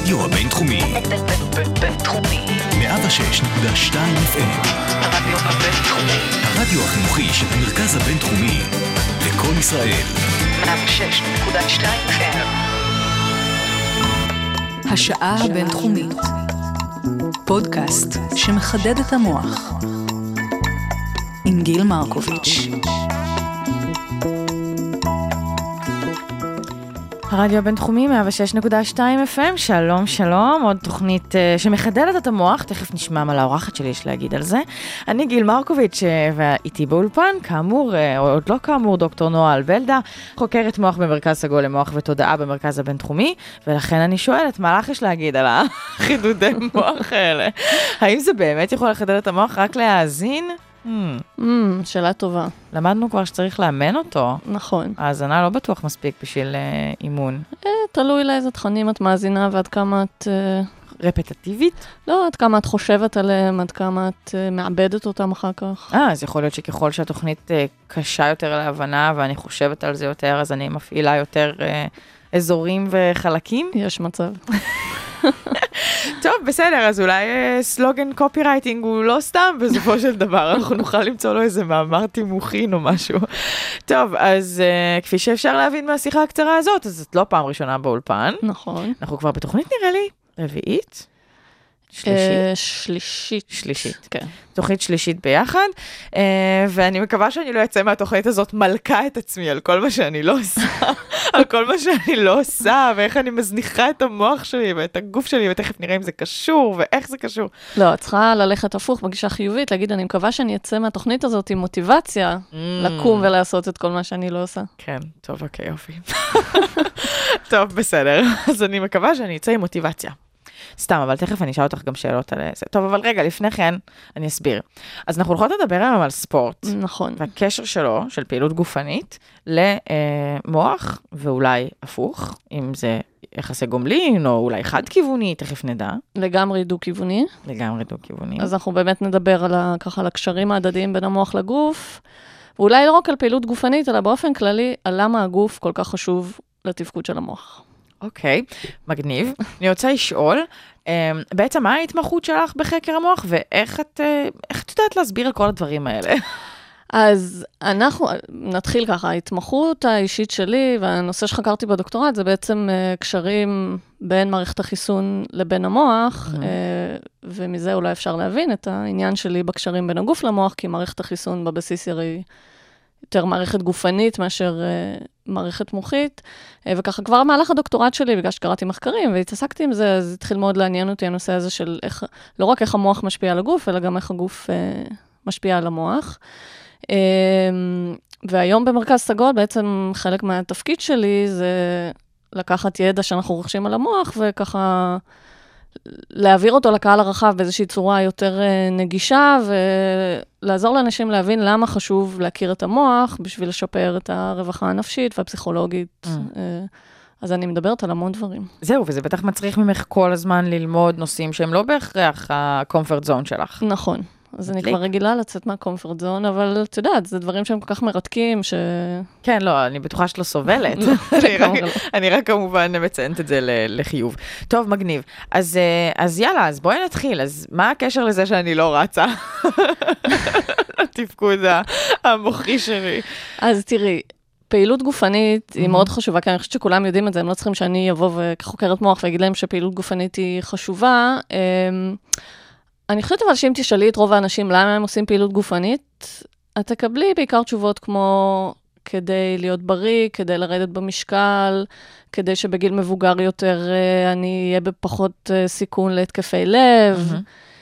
הרדיו הבינתחומי. בינתחומי. 106.2 FM. הרדיו הבינתחומי. הרדיו החינוכי של המרכז הבינתחומי. לכל ישראל. 106.2 FM. השעה הבינתחומית. פודקאסט שמחדד את המוח. עם גיל מרקוביץ'. הרדיו הבינתחומי 106.2 FM, שלום שלום, עוד תוכנית שמחדדת את המוח, תכף נשמע מה לאורחת שלי יש להגיד על זה. אני גיל מרקוביץ' ואיתי באולפן, כאמור, או עוד לא כאמור, דוקטור נועה אלבלדה, חוקרת מוח במרכז סגול למוח ותודעה במרכז הבינתחומי, ולכן אני שואלת, מה לך יש להגיד על החידודי מוח האלה? האם זה באמת יכול לחדד את המוח רק להאזין? שאלה טובה. למדנו כבר שצריך לאמן אותו. נכון. ההאזנה לא בטוח מספיק בשביל אימון. תלוי לאיזה תכנים את מאזינה ועד כמה את... רפטטיבית? לא, עד כמה את חושבת עליהם, עד כמה את מעבדת אותם אחר כך. אז יכול להיות שככל שהתוכנית קשה יותר להבנה ואני חושבת על זה יותר, אז אני מפעילה יותר אזורים וחלקים. יש מצב. טוב, בסדר, אז אולי סלוגן קופירייטינג הוא לא סתם, בסופו של דבר אנחנו נוכל למצוא לו איזה מאמר תימוכין או משהו. טוב, אז כפי שאפשר להבין מהשיחה הקצרה הזאת, אז זאת לא פעם ראשונה באולפן. נכון. אנחנו כבר בתוכנית נראה לי, רביעית? שלישית, כן. תוכנית שלישית ביחד, ואני מקווה שאני לא אצא מהתוכנית הזאת מלכה את עצמי על כל מה שאני לא עושה, על כל מה שאני לא עושה, ואיך אני מזניחה את המוח שלי ואת הגוף שלי, ותכף נראה אם זה קשור, ואיך זה קשור. לא, את צריכה ללכת הפוך בגישה חיובית, להגיד, אני מקווה שאני אצא מהתוכנית הזאת עם מוטיבציה, לקום ולעשות את כל מה שאני לא עושה. כן, טוב, אוקיי, יופי. טוב, בסדר. אז אני מקווה שאני אצא עם מוטיבציה. סתם, אבל תכף אני אשאל אותך גם שאלות על זה. טוב, אבל רגע, לפני כן, אני אסביר. אז אנחנו הולכות לדבר היום על ספורט. נכון. והקשר שלו, של פעילות גופנית, למוח, ואולי הפוך, אם זה יחסי גומלין, או אולי חד-כיווני, תכף נדע. לגמרי דו-כיווני. לגמרי דו-כיווני. אז אנחנו באמת נדבר על ככה, על הקשרים ההדדיים בין המוח לגוף, ואולי לא רק על פעילות גופנית, אלא באופן כללי, על למה הגוף כל כך חשוב לתפקוד של המוח. אוקיי, מגניב. אני רוצה לשאול, בעצם מה ההתמחות שלך בחקר המוח, ואיך את יודעת להסביר על כל הדברים האלה? אז אנחנו נתחיל ככה, ההתמחות האישית שלי, והנושא שחקרתי בדוקטורט, זה בעצם קשרים בין מערכת החיסון לבין המוח, ומזה אולי אפשר להבין את העניין שלי בקשרים בין הגוף למוח, כי מערכת החיסון בבסיס היא יותר מערכת גופנית מאשר מערכת מוחית, וככה כבר מהלך הדוקטורט שלי, בגלל שקראתי מחקרים והתעסקתי עם זה, אז התחיל מאוד לעניין אותי הנושא הזה של איך, לא רק איך המוח משפיע על הגוף, אלא גם איך הגוף משפיע על המוח. והיום במרכז סגול, בעצם חלק מהתפקיד שלי זה לקחת ידע שאנחנו רוכשים על המוח, וככה להעביר אותו לקהל הרחב באיזושהי צורה יותר נגישה, ולעזור לאנשים להבין למה חשוב להכיר את המוח, בשביל לשפר את הרווחה הנפשית והפסיכולוגית. אז אני מדברת על המון דברים. זהו, וזה בטח מצריך ממך כל הזמן ללמוד נושאים שהם לא בהכרח ה-comfort zone שלך. נכון. אז אני כבר רגילה לצאת מהקומפורט זון, אבל את יודעת, זה דברים שהם כל כך מרתקים, כן, לא, אני בטוחה שלא סובלת. אני רק כמובן מציינת את זה לחיוב. טוב, מגניב. אז יאללה, אז בואי נתחיל. אז מה הקשר לזה שאני לא רצה? התפקוד המוחי שלי. אז תראי, פעילות גופנית היא מאוד חשובה, כי אני חושבת שכולם יודעים את זה, הם לא צריכים שאני אבוא וכחוקרת מוח ואגיד להם שפעילות גופנית היא חשובה. אני חושבת אבל שאם תשאלי את רוב האנשים למה הם עושים פעילות גופנית, את תקבלי בעיקר תשובות כמו כדי להיות בריא, כדי לרדת במשקל, כדי שבגיל מבוגר יותר אני אהיה בפחות סיכון להתקפי לב.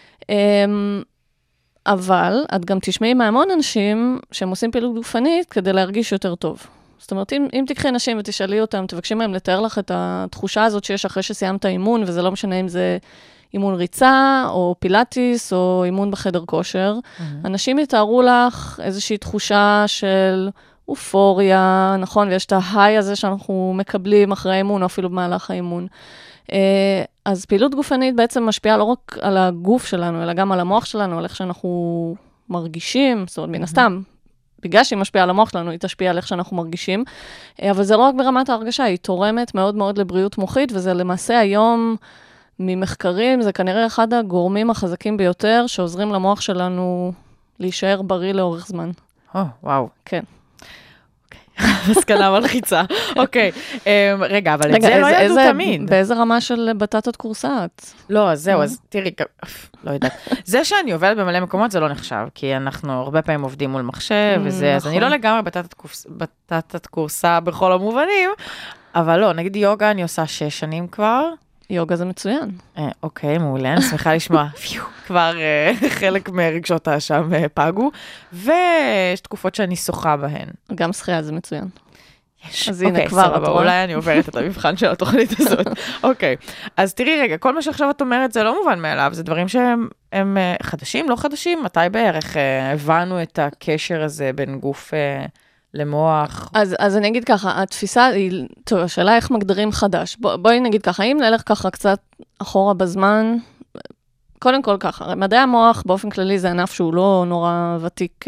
אבל את גם תשמעי מהמון אנשים שהם עושים פעילות גופנית כדי להרגיש יותר טוב. זאת אומרת, אם תקחי אנשים ותשאלי אותם, תבקשי מהם לתאר לך את התחושה הזאת שיש אחרי שסיימת אימון, וזה לא משנה אם זה אימון ריצה, או פילאטיס, או אימון בחדר כושר. אנשים יתארו לך איזושהי תחושה של אופוריה, נכון? ויש את ההיי הזה שאנחנו מקבלים אחרי האימון, או אפילו במהלך האימון. אז פעילות גופנית בעצם משפיעה לא רק על הגוף שלנו, אלא גם על המוח שלנו, על איך שאנחנו מרגישים, זאת אומרת, מן הסתם, בגלל שהיא משפיעה על המוח שלנו, היא תשפיע על איך שאנחנו מרגישים, אבל זה לא רק ברמת ההרגשה, היא תורמת מאוד מאוד לבריאות מוחית, וזה למעשה היום ממחקרים, זה כנראה אחד הגורמים החזקים ביותר, שעוזרים למוח שלנו להישאר בריא לאורך זמן. וואו. כן. מסקנה מלחיצה. אוקיי. רגע, אבל את זה לא ידעו תמיד. באיזה רמה של בטטת קורסאת? לא, אז זהו, אז תראי, לא יודעת. זה שאני עובדת במלא מקומות זה לא נחשב, כי אנחנו הרבה פעמים עובדים מול מחשב וזה, אז אני לא לגמרי בטטת קורסה בכל המובנים, אבל לא, נגיד יוגה אני עושה 6 שנים כבר. יוגה זה מצוין. אוקיי, מעולה, אני שמחה לשמוע. כבר חלק מרגשות האשם פגו, ויש תקופות שאני שוחה בהן. גם שחייה זה מצוין. אז הנה כבר, אולי אני עוברת את המבחן של התוכנית הזאת. אוקיי, אז תראי רגע, כל מה שעכשיו את אומרת זה לא מובן מאליו, זה דברים שהם חדשים, לא חדשים? מתי בערך הבנו את הקשר הזה בין גוף למוח? אז אני אגיד ככה, התפיסה היא, טוב, השאלה איך מגדירים חדש. בואי נגיד ככה, אם נלך ככה קצת אחורה בזמן, קודם כל ככה, מדעי המוח באופן כללי זה ענף שהוא לא נורא ותיק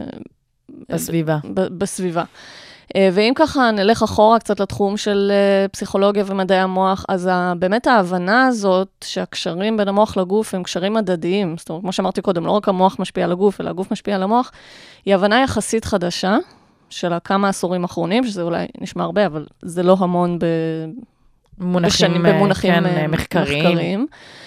בסביבה. ואם ככה נלך אחורה קצת לתחום של פסיכולוגיה ומדעי המוח, אז באמת ההבנה הזאת שהקשרים בין המוח לגוף הם קשרים הדדיים, זאת אומרת, כמו שאמרתי קודם, לא רק המוח משפיע על הגוף, אלא הגוף משפיע על המוח, היא הבנה יחסית חדשה של כמה עשורים אחרונים, שזה אולי נשמע הרבה, אבל זה לא המון במונחים מחקריים.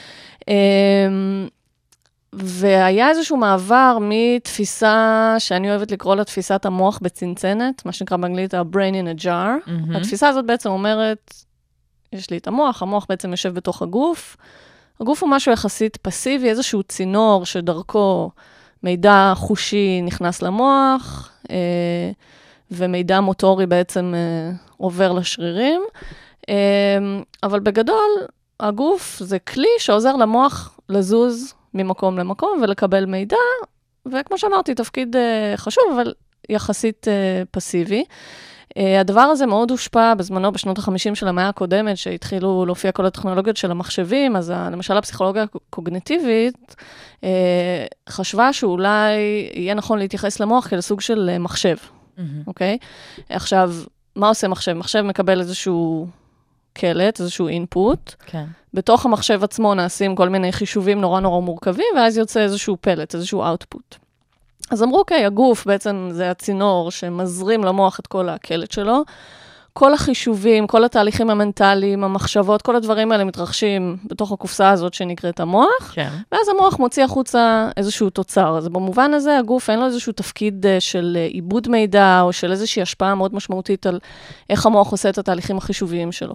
והיה איזשהו מעבר מתפיסה שאני אוהבת לקרוא לה תפיסת המוח בצנצנת, מה שנקרא באנגלית ה-brain in a jar. התפיסה הזאת בעצם אומרת, יש לי את המוח, המוח בעצם יושב בתוך הגוף. הגוף הוא משהו יחסית פסיבי, איזשהו צינור שדרכו מידע חושי נכנס למוח, ומידע מוטורי בעצם עובר לשרירים. אבל בגדול, הגוף זה כלי שעוזר למוח לזוז ממקום למקום ולקבל מידע, וכמו שאמרתי, תפקיד חשוב, אבל יחסית פסיבי. הדבר הזה מאוד הושפע בזמנו בשנות ה-50 של המאה הקודמת, שהתחילו להופיע כל הטכנולוגיות של המחשבים, אז למשל הפסיכולוגיה הקוגניטיבית חשבה שאולי יהיה נכון להתייחס למוח כלסוג של מחשב, אוקיי? עכשיו, מה עושה מחשב? מחשב מקבל איזשהו קלט, איזשהו אינפוט. כן. בתוך המחשב עצמו נעשים כל מיני חישובים נורא נורא מורכבים, ואז יוצא איזשהו פלט, איזשהו אאוטפוט. אז אמרו, אוקיי, הגוף בעצם זה הצינור שמזרים למוח את כל הקלט שלו. כל החישובים, כל התהליכים המנטליים, המחשבות, כל הדברים האלה מתרחשים בתוך הקופסה הזאת שנקראת המוח, כן. ואז המוח מוציא החוצה איזשהו תוצר. אז במובן הזה הגוף אין לו איזשהו תפקיד של עיבוד מידע, או של איזושהי השפעה מאוד משמעותית על איך המוח עושה את התהליכים החישוביים שלו.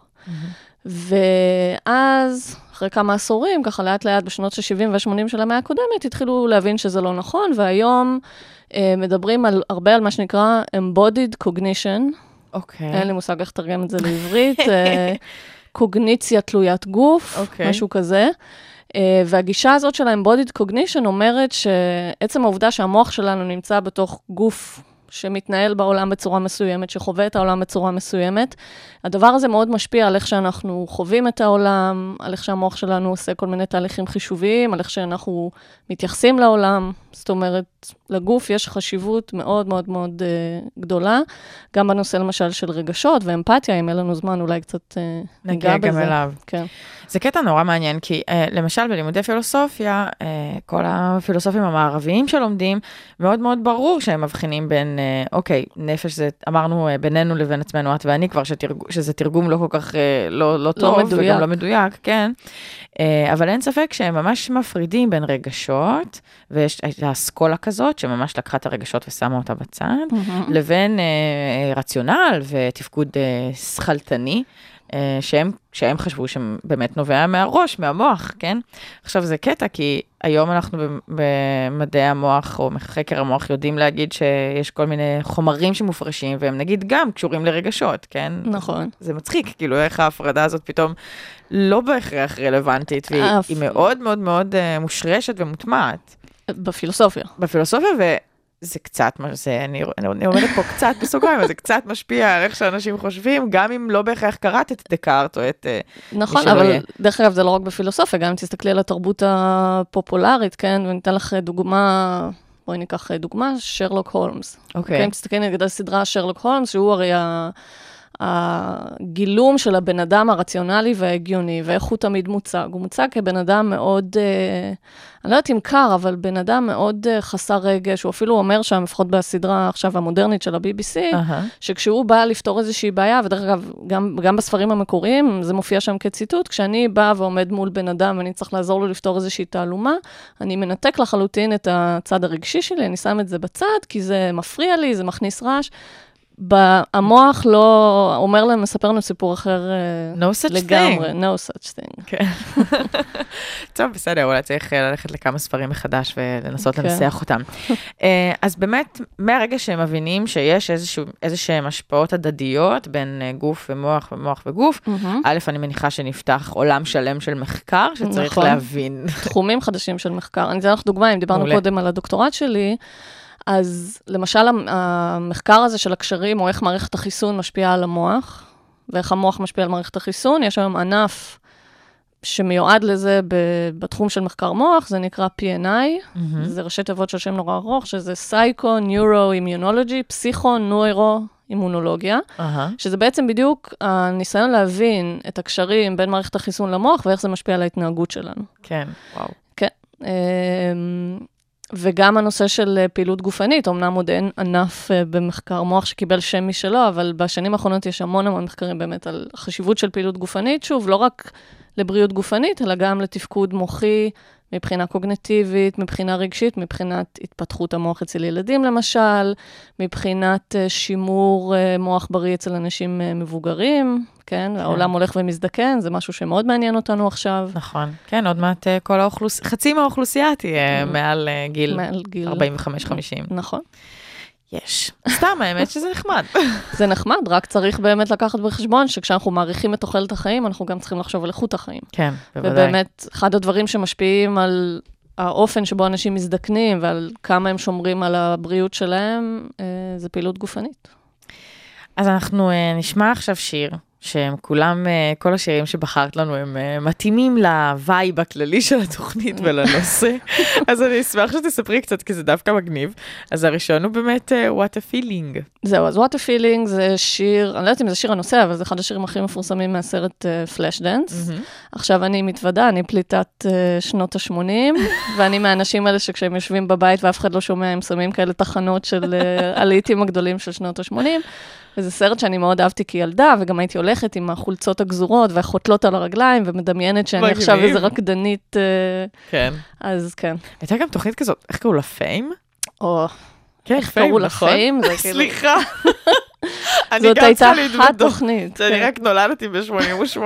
ואז, אחרי כמה עשורים, ככה לאט לאט בשנות ה-70 וה-80 של המאה הקודמת, התחילו להבין שזה לא נכון, והיום מדברים הרבה על מה שנקרא embodied cognition. אוקיי. אין לי מושג איך תרגם את זה לעברית. קוגניציה תלוית גוף, משהו כזה. והגישה הזאת של ה-embodied cognition אומרת שעצם העובדה שהמוח שלנו נמצא בתוך גוף שמתנהל בעולם בצורה מסוימת, שחווה את העולם בצורה מסוימת. הדבר הזה מאוד משפיע על איך שאנחנו חווים את העולם, על איך שהמוח שלנו עושה כל מיני תהליכים חישוביים, על איך שאנחנו מתייחסים לעולם. זאת אומרת, לגוף יש חשיבות מאוד מאוד מאוד גדולה, גם בנושא למשל של רגשות ואמפתיה, אם אין לנו זמן אולי קצת ניגע בזה. גם אליו. כן. זה קטע נורא מעניין, כי למשל בלימודי פילוסופיה, כל הפילוסופים המערביים שלומדים, מאוד מאוד ברור שהם מבחינים בין, אוקיי, נפש זה, אמרנו בינינו לבין עצמנו, את ואני כבר, שזה תרגום לא כל כך לא טוב, וגם לא מדויק, כן. אבל אין ספק שהם ממש מפרידים בין רגשות, ויש האסכולה כזאת, שממש לקחה את הרגשות ושמה אותה בצד, לבין רציונל ותפקוד שכלתני, שהם חשבו שהם באמת נובע מהראש, מהמוח, כן? עכשיו זה קטע, כי היום אנחנו במדעי המוח, או מחקר המוח, יודעים להגיד שיש כל מיני חומרים שמופרשים, והם נגיד גם קשורים לרגשות, כן? נכון. זה מצחיק, כאילו איך ההפרדה הזאת פתאום לא בהכרח רלוונטית, והיא מאוד מאוד מאוד מושרשת ומוטמעת. בפילוסופיה. בפילוסופיה, זה קצת, אני אומרת פה קצת בסוגריים, אבל זה קצת משפיע על איך שאנשים חושבים, גם אם לא בהכרח קראת את דקארט או את נכון, אבל דרך אגב זה לא רק בפילוסופיה, גם אם תסתכלי על התרבות הפופולרית, כן, וניתן לך דוגמה, בואי ניקח דוגמה, שרלוק הולמס. אוקיי. אם תסתכלי נגד הסדרה שרלוק הולמס, שהוא הרי הגילום של הבן אדם הרציונלי וההגיוני, ואיך הוא תמיד מוצג. הוא מוצג כבן אדם מאוד, אני לא יודעת אם קר, אבל בן אדם מאוד חסר רגש, הוא אפילו אומר שם, לפחות בסדרה עכשיו המודרנית של ה-BBC, שכשהוא בא לפתור איזושהי בעיה, ודרך אגב, גם בספרים המקוריים, זה מופיע שם כציטוט, כשאני באה ועומד מול בן אדם, ואני צריך לעזור לו לפתור איזושהי תעלומה, אני מנתק לחלוטין את הצד הרגשי שלי, אני שם את זה בצד, כי זה מפריע לי, זה מכניס רעש. המוח לא אומר להם, מספר לנו סיפור אחר לגמרי. No such thing. טוב, בסדר, אולי צריך ללכת לכמה ספרים מחדש ולנסות לנסח אותם. אז באמת, מהרגע שהם מבינים שיש איזשהם השפעות הדדיות בין גוף ומוח ומוח וגוף, א', אני מניחה שנפתח עולם שלם של מחקר שצריך להבין. תחומים חדשים של מחקר. אני אתן לך דוגמה, אם דיברנו קודם על הדוקטורט שלי, אז למשל המחקר הזה של הקשרים, או איך מערכת החיסון משפיעה על המוח, ואיך המוח משפיע על מערכת החיסון, יש היום ענף שמיועד לזה בתחום של מחקר מוח, זה נקרא PNI, זה ראשי תיבות של שם נורא ארוך, שזה Psycho-Neuro-Immunology, פסיכו-נוירו-אימונולוגיה, שזה בעצם בדיוק הניסיון להבין את הקשרים בין מערכת החיסון למוח, ואיך זה משפיע על ההתנהגות שלנו. כן, וואו. כן. וגם הנושא של פעילות גופנית, אמנם עוד אין ענף במחקר מוח שקיבל שם משלו, אבל בשנים האחרונות יש המון מחקרים באמת על החשיבות של פעילות גופנית, שוב, לא רק לבריאות גופנית, אלא גם לתפקוד מוחי, מבחינה קוגניטיבית, מבחינה רגשית, מבחינת התפתחות המוח אצל ילדים למשל, מבחינת שימור מוח בריא אצל אנשים מבוגרים, כן? העולם הולך ומזדקן, זה משהו שמאוד מעניין אותנו עכשיו. נכון, כן, עוד מעט כל חצי מהאוכלוסייה תהיה מעל גיל 45-50. נכון. יש. סתם, האמת שזה נחמד. זה נחמד, רק צריך באמת לקחת בחשבון שכשאנחנו מעריכים את תוחלת החיים, אנחנו גם צריכים לחשוב על איכות החיים. כן, בוודאי. ובאמת, אחד הדברים שמשפיעים על האופן שבו אנשים מזדקנים, ועל כמה הם שומרים על הבריאות שלהם, זה פעילות גופנית. אז אנחנו נשמע עכשיו שיר, שהם כולם, כל השירים שבחרת לנו, הם מתאימים לווייב הכללי של התוכנית ולנושא. אז אני אשמח שתספרי קצת, כי זה דווקא מגניב. אז הראשון הוא באמת What a Feeling. זהו, אז What a Feeling זה שיר, אני לא יודעת אם זה שיר הנושא, אבל זה אחד השירים הכי מפורסמים מהסרט Flashdance. עכשיו אני מתוודה, אני פליטת שנות ה-80, ואני מהאנשים האלה שכשהם יושבים בבית ואף אחד לא שומע, הם שמים כאלה תחנות של הלהיטים הגדולים של שנות ה-80. וזה סרט שאני מאוד אהבתי כילדה, וגם הייתי הולכת עם החולצות הגזורות והחוטלות על הרגליים, ומדמיינת שאני עכשיו איזה רקדנית. כן. אז כן. הייתה גם תוכנית כזאת, איך קראו לה? פיים? או, איך קראו לה? פיים? סליחה. זאת הייתה התוכנית. אני רק נולדתי ב-88.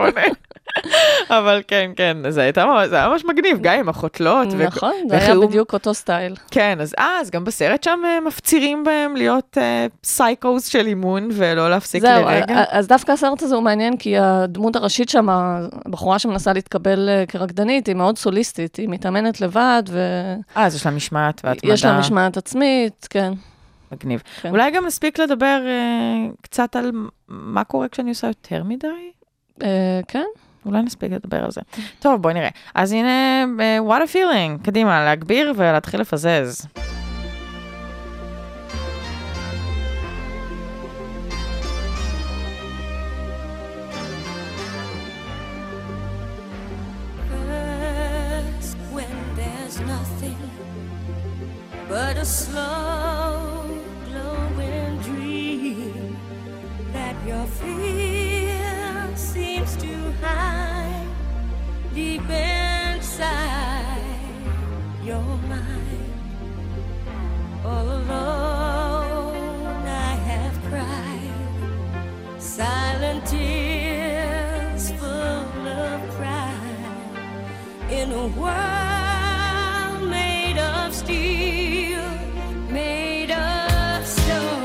אבל כן, כן, זה היה ממש מגניב, גם עם החוטלות. נכון, זה היה בדיוק אותו סטייל. כן, אז גם בסרט שם מפצירים בהם להיות סייקוס של אימון, ולא להפסיק לרגע. זהו, אז דווקא הסרט הזה הוא מעניין, כי הדמות הראשית שם, הבחורה שמנסה להתקבל כרקדנית, היא מאוד סוליסטית, היא מתאמנת לבד, אז יש לה משמעת והתמדה. יש לה משמעת עצמית, כן. מגניב. אולי גם מספיק לדבר קצת על מה קורה כשאני עושה יותר מדי? כן. אולי נספיק לדבר על זה. טוב, בואי נראה. אז הנה, what a feeling. קדימה, להגביר ולהתחיל לפזז. First, when there's nothing but a slow, glowing dream that your fear seems to hide deep inside your mind. All alone I have cried silent tears full of pride in a world made of steel, made of stone.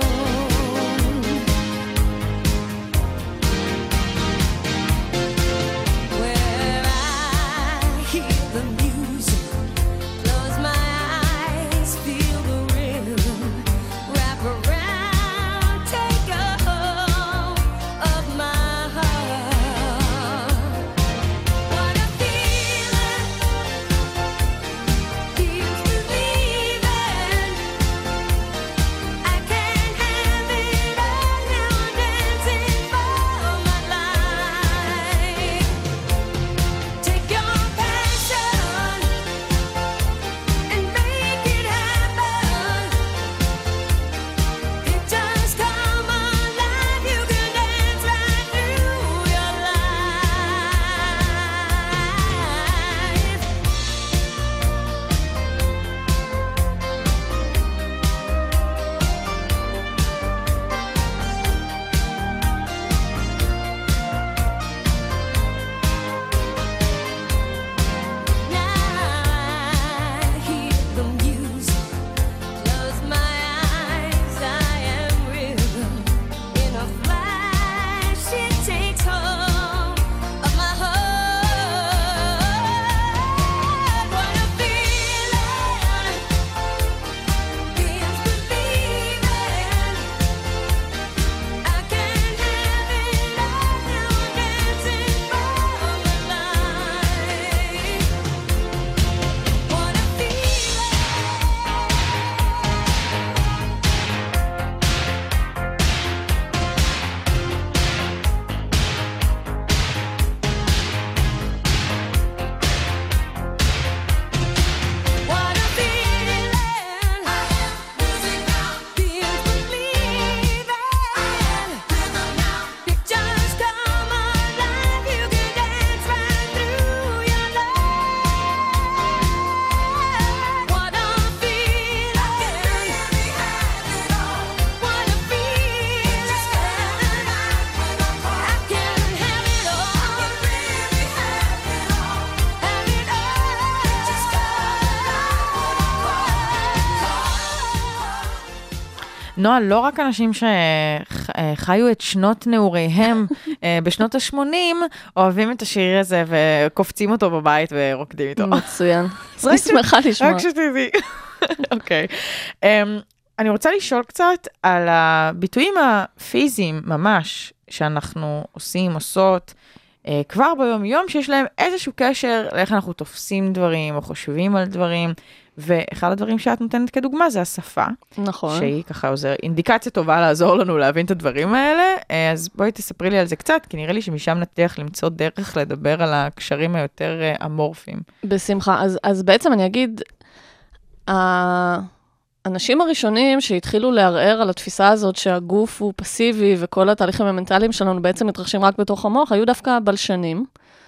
נועה, לא רק אנשים שחיו את שנות נעוריהם בשנות ה-80, אוהבים את השיר הזה וקופצים אותו בבית ורוקדים איתו. מצוין. אני שמחה לשמוע. רק שתדעי. אוקיי. אני רוצה לשאול קצת על הביטויים הפיזיים ממש, שאנחנו עושות, כבר ביום יום, שיש להם איזשהו קשר לאיך אנחנו תופסים דברים, או חושבים על דברים, ואחד הדברים שאת נותנת כדוגמה זה השפה. נכון. שהיא ככה אינדיקציה טובה לעזור לנו להבין את הדברים האלה, אז בואי תספרי לי על זה קצת, כי נראה לי שמשם נצליח למצוא דרך לדבר על הקשרים היותר אמורפיים. בשמחה. אז בעצם אני אגיד, האנשים הראשונים שהתחילו לערער על התפיסה הזאת שהגוף הוא פסיבי וכל התהליכים המנטליים שלנו בעצם מתרחשים רק בתוך המוח, היו דווקא הבלשנים.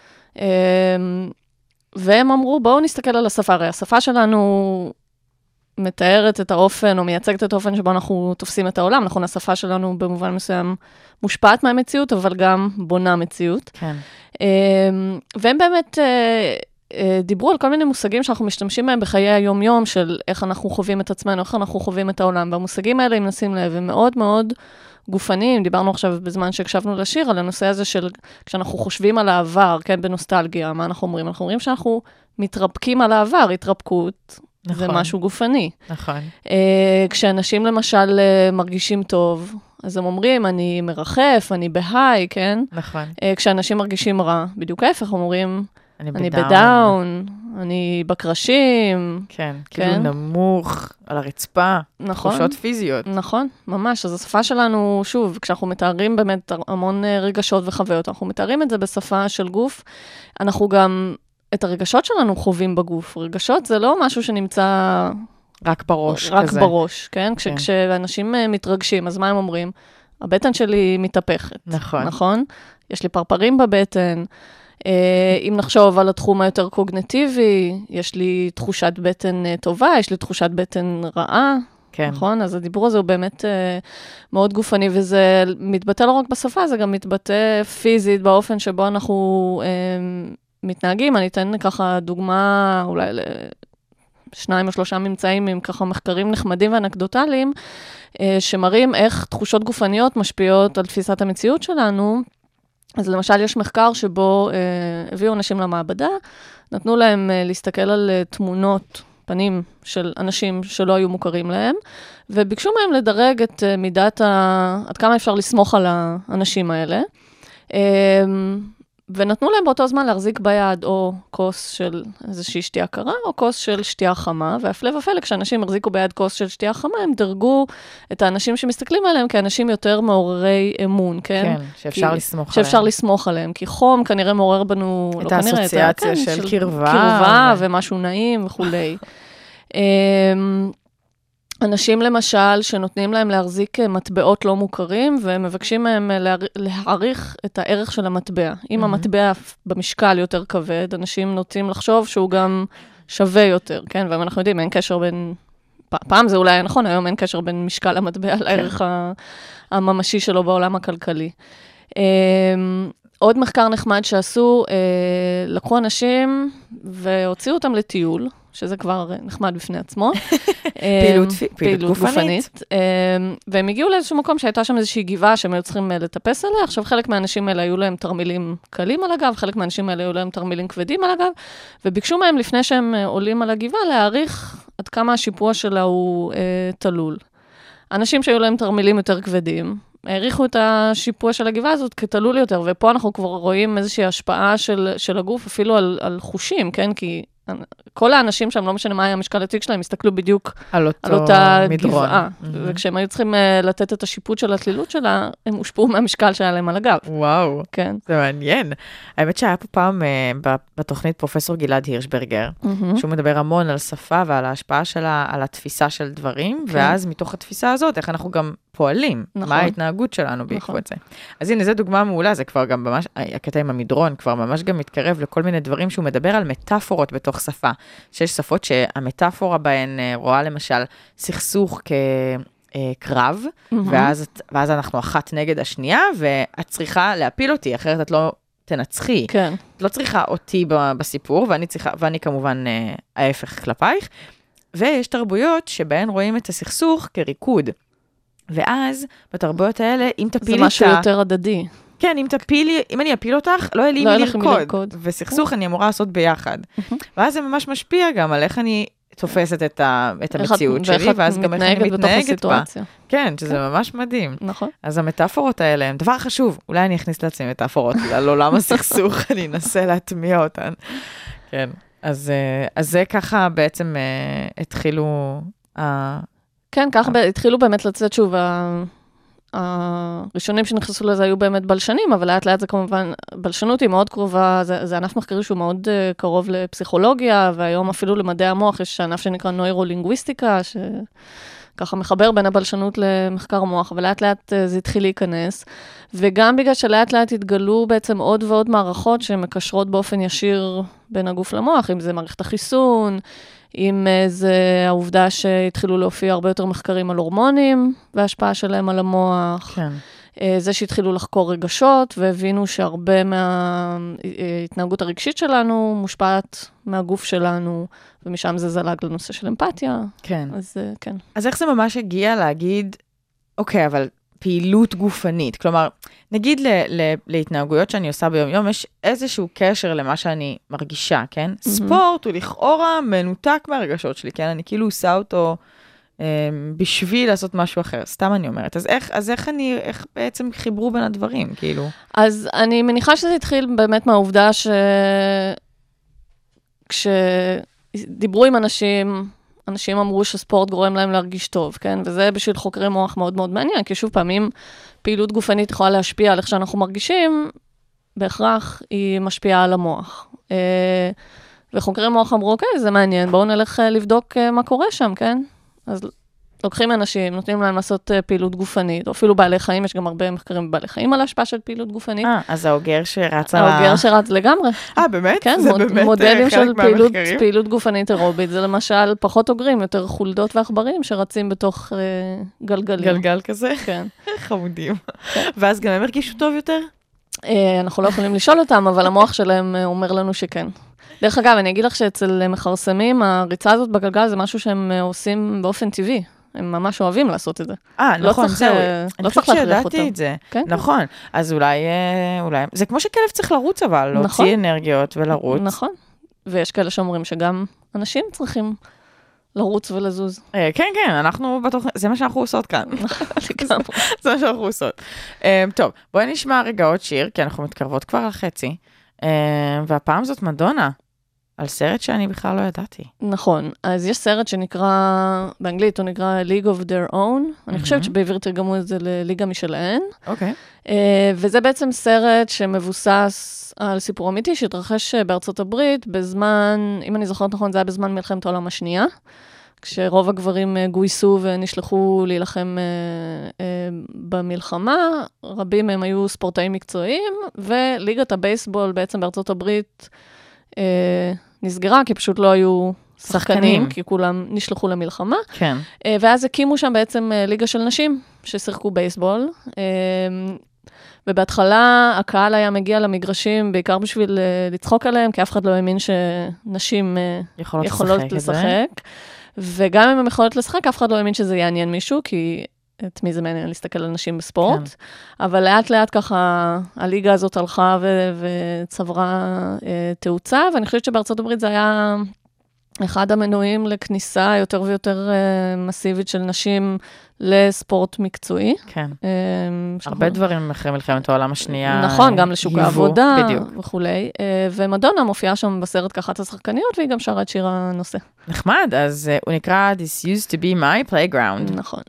והם אמרו, בואו נסתכל על השפה. הרי השפה שלנו מתארת את האופן או מייצגת את האופן שבו אנחנו תופסים את העולם. נכון, השפה שלנו במובן מסוים מושפעת מהמציאות, אבל גם בונה מציאות. כן. והם באמת דיברו על כל מיני מושגים שאנחנו משתמשים בהם בחיי היום-יום, של איך אנחנו חווים את עצמנו, איך אנחנו חווים את העולם. והמושגים האלה, אם נשים לב, הם מאוד מאוד גופניים. דיברנו עכשיו בזמן שהקשבנו לשיר, על הנושא הזה של כשאנחנו חושבים על העבר, כן, בנוסטלגיה, מה אנחנו אומרים? אנחנו אומרים שאנחנו מתרפקים על העבר, התרפקות, נכון. זה משהו גופני. נכון. כשאנשים למשל מרגישים טוב, אז הם אומרים, אני מרחף, אני בהיי, כן? נכון. כשאנשים מרגישים רע, בדיוק ההפך, הם אומרים, אני בדאון, אני בקרשים. כן, כאילו נמוך, על הרצפה, נכון, תחושות פיזיות. נכון, ממש. אז השפה שלנו, שוב, כשאנחנו מתארים באמת המון רגשות וחוויות, אנחנו מתארים את זה בשפה של גוף, אנחנו גם את הרגשות שלנו חווים בגוף. רגשות זה לא משהו שנמצא רק בראש רק כזה. בראש, כן? כשאנשים מתרגשים, אז מה הם אומרים? הבטן שלי מתהפכת. נכון. נכון? יש לי פרפרים בבטן. אם נחשוב על התחום היותר קוגניטיבי, יש לי תחושת בטן טובה, יש לי תחושת בטן רעה, כן. נכון? אז הדיבור הזה הוא באמת מאוד גופני, וזה מתבטא לא רק בשפה, זה גם מתבטא פיזית באופן שבו אנחנו מתנהגים. אני אתן ככה דוגמה, אולי 2 או 3 ממצאים עם ככה מחקרים נחמדים ואנקדוטליים, שמראים איך תחושות גופניות משפיעות על תפיסת המציאות שלנו. אז למשל, יש מחקר שבו הביאו אנשים למעבדה, נתנו להם להסתכל על תמונות פנים של אנשים שלא היו מוכרים להם, וביקשו מהם לדרג את מידת עד כמה אפשר לסמוך על האנשים האלה. ונתנו להם באותו זמן להחזיק ביד או כוס של איזושהי שתייה קרה, או כוס של שתייה חמה, והפלא ופלא, כשאנשים החזיקו ביד כוס של שתייה חמה, הם דרגו את האנשים שמסתכלים עליהם כאנשים יותר מעוררי אמון, כן? כן, שאפשר לסמוך עליהם. שאפשר לסמוך עליהם, כי חום כנראה מעורר בנו, את האסוציאציה של קרבה. קרבה ומשהו נעים וכולי. אנשים למשל שנותנים להם להחזיק מטבעות לא מוכרים, והם מבקשים מהם להעריך את הערך של המטבע. אם המטבע במשקל יותר כבד, אנשים נוטים לחשוב שהוא גם שווה יותר, כן? ואנחנו יודעים, אין קשר בין... פעם זה אולי היה נכון, היום אין קשר בין משקל המטבע לערך הממשי שלו בעולם הכלכלי. עוד מחקר נחמד שעשו, לקחו אנשים והוציאו אותם לטיול, שזה כבר נחמד בפני עצמו. פעילות גופנית. והם הגיעו לאיזשהו מקום שהייתה שם איזושהי גבעה שהם היו צריכים לטפס עליה. עכשיו, חלק מהאנשים האלה היו להם תרמילים קלים על הגב, חלק מהאנשים האלה היו להם תרמילים כבדים על הגב, וביקשו מהם לפני שהם עולים על הגבעה להעריך עד כמה השיפוע שלה הוא תלול. אנשים שהיו להם תרמילים יותר כבדים, העריכו את השיפוע של הגבעה הזאת כתלול יותר, ופה אנחנו כבר רואים איזושהי השפעה של הגוף, אפילו על חושים, כן? כי כל האנשים שם, לא משנה מה היה המשקל התיק שלהם, הסתכלו בדיוק על אותה גבעה. וכשהם היו צריכים לתת את השיפוט של התלילות שלה, הם הושפעו מהמשקל שהיה להם על הגב. וואו, כן. זה מעניין. האמת שהיה פה פעם בתוכנית פרופסור גלעד הירשברגר, שהוא מדבר המון על שפה ועל ההשפעה שלה, על התפיסה של דברים, ואז מתוך התפיסה הזאת, איך אנחנו גם פועלים, מה ההתנהגות שלנו בעקבות זה. אז הנה, זו דוגמה מעולה, זה כבר גם ממש, הקטע עם המדרון, כבר ממש גם מתקרב לכל מיני דברים שהוא מדבר על מטאפורות בתוך שפה, שיש שפות שהמטאפורה בהן רואה למשל סכסוך כקרב, ואז אנחנו אחת נגד השנייה, ואת צריכה להפיל אותי, אחרת את לא תנצחי. כן. את לא צריכה אותי בסיפור, ואני כמובן ההפך כלפייך, ויש תרבויות שבהן רואים את הסכסוך כריקוד. ואז, בתרבויות האלה, אם תפילי זה משהו יותר הדדי. כן, אם אני אפיל אותך, לא יהיה לי מי לרקוד. וסכסוך אני אמורה לעשות ביחד. ואז זה ממש משפיע גם על איך אני תופסת את המציאות שלי, ואז גם איך אני מתנהגת בה. כן, שזה ממש מדהים. נכון. אז המטאפורות האלה הם דבר חשוב. אולי אני אכניס לעצמי מטאפורות על עולם הסכסוך, אני אנסה להטמיע אותן. כן, אז זה ככה בעצם התחילו... כן, ככה התחילו באמת לצאת שוב, הראשונים שנכנסו לזה היו באמת בלשנים, אבל לאט לאט זה כמובן, בלשנות היא מאוד קרובה, זה ענף מחקרי שהוא מאוד קרוב לפסיכולוגיה, והיום אפילו למדעי המוח יש ענף שנקרא נוירולינגוויסטיקה, שככה מחבר בין הבלשנות למחקר מוח, אבל לאט לאט זה התחיל להיכנס, וגם בגלל שלאט לאט התגלו בעצם עוד ועוד מערכות שמקשרות באופן ישיר בין הגוף למוח, אם זה מערכת החיסון, אם זה העובדה שהתחילו להופיע הרבה יותר מחקרים על הורמונים, וההשפעה שלהם על המוח. כן. זה שהתחילו לחקור רגשות, והבינו שהרבה מההתנהגות הרגשית שלנו מושפעת מהגוף שלנו, ומשם זה זלג לנושא של אמפתיה. כן. אז כן. אז איך זה ממש הגיע להגיד, אוקיי, אבל פעילות גופנית, כלומר, נגיד להתנהגויות שאני עושה ביום יום, יש איזשהו קשר למה שאני מרגישה, כן? ספורט הוא לכאורה מנותק מהרגשות שלי, כן? אני כאילו עושה אותו בשביל לעשות משהו אחר, סתם אני אומרת. אז איך בעצם חיברו בין הדברים, כאילו? אז אני מניחה שזה התחיל באמת מהעובדה כשדיברו עם אנשים אמרו שספורט גורם להם להרגיש טוב, כן? וזה בשביל חוקרי מוח מאוד מאוד מעניין, כי שוב פעמים פעילות גופנית יכולה להשפיע על איך שאנחנו מרגישים, בהכרח היא משפיעה על המוח. וחוקרי מוח אמרו, אוקיי, זה מעניין, בואו נלך לבדוק מה קורה שם, כן? אז לוקחים אנשים, נותנים להם לעשות פעילות גופנית, או אפילו בעלי חיים, יש גם הרבה מחקרים בבעלי חיים על ההשפעה של פעילות גופנית. אז האוגר שרץ האוגר שרץ לגמרי. באמת? כן, זה באמת מודלים של פעילות גופנית אירובית, זה למשל פחות אוגרים, יותר חולדות ועכברים שרצים בתוך גלגלים. גלגל כזה? כן. חמודים. ואז גם הם הרגישו טוב יותר? אנחנו לא יכולים לשאול אותם, אבל המוח שלהם אומר לנו שכן. דרך אגב, אני אגיד לך שאצל מחרסמים, הריצה הזאת בגלגל זה משהו שהם עושים באופן טבעי. הם ממש אוהבים לעשות את זה. נכון, זהו. אני חושבת שידעתי את זה. כן? נכון. אז אולי, זה כמו שכלב צריך לרוץ אבל, להוציא אנרגיות ולרוץ. נכון. ויש כאלה שאומרים שגם אנשים צריכים לרוץ ולזוז. כן, כן, אנחנו זה מה שאנחנו עושות כאן. זה מה שאנחנו עושות. טוב, בואי נשמע רגע עוד שיר, כי אנחנו מתקרבות כבר על חצי. והפעם זאת מדונה. על סרט שאני בכלל לא ידעתי. נכון. אז יש סרט שנקרא, באנגלית הוא נקרא League of Their Own. אני חושבת שבעברית תרגמו את זה לליגה משלהן. אוקיי. וזה בעצם סרט שמבוסס על סיפור אמיתי שהתרחש בארצות הברית בזמן, אם אני זוכרת נכון, זה היה בזמן מלחמת העולם השנייה, כשרוב הגברים גויסו ונשלחו להילחם במלחמה. רבים מהם היו ספורטאים מקצועיים, וליגת הבייסבול בעצם בארצות הברית נסגרה, כי פשוט לא היו שחקנים, כי כולם נשלחו למלחמה. כן. ואז הקימו שם בעצם ליגה של נשים ששיחקו בייסבול. ובהתחלה הקהל היה מגיע למגרשים בעיקר בשביל לצחוק עליהם, כי אף אחד לא האמין שנשים יכולות לשחק. וגם אם הם יכולות לשחק, אף אחד לא האמין שזה יעניין מישהו, כי את מי זה מעניין להסתכל על נשים בספורט. כן. אבל לאט לאט ככה הליגה הזאת הלכה וצברה תאוצה, ואני חושבת שבארצות הברית זה היה אחד המנועים לכניסה יותר ויותר מסיבית של נשים לספורט מקצועי. כן. הרבה דברים אחרי מלחמת העולם השנייה. נכון, גם לשוק העבודה וכולי. ומדונה מופיעה שם בסרט כאחת השחקניות, והיא גם שרה את שיר הנושא. נחמד, אז הוא נקרא This Used to be my playground. נכון.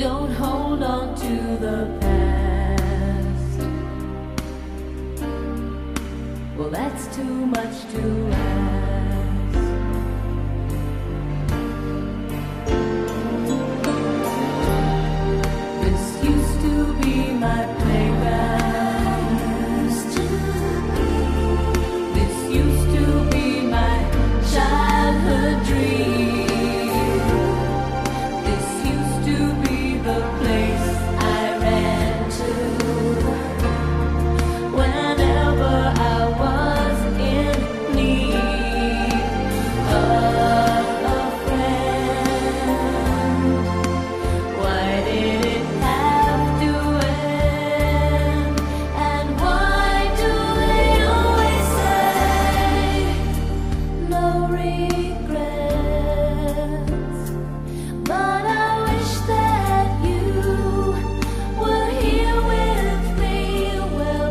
Don't hold on to the past. Well, that's too much to ask. This used to be my playground. This used to be my childhood dream. This used to be the place I ran to whenever I was in need of a friend. Why did it have to end? And why do they always say no regrets? But I wish that you were here with me. Well,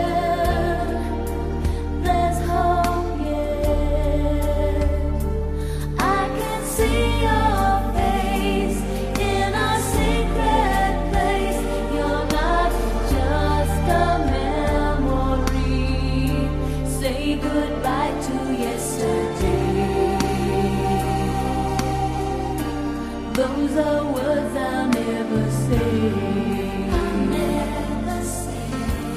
there's hope yet. I can see your face in a secret place. You're not just a memory. Say goodbye to yesterday. Those are words I'll never say. I'll never say.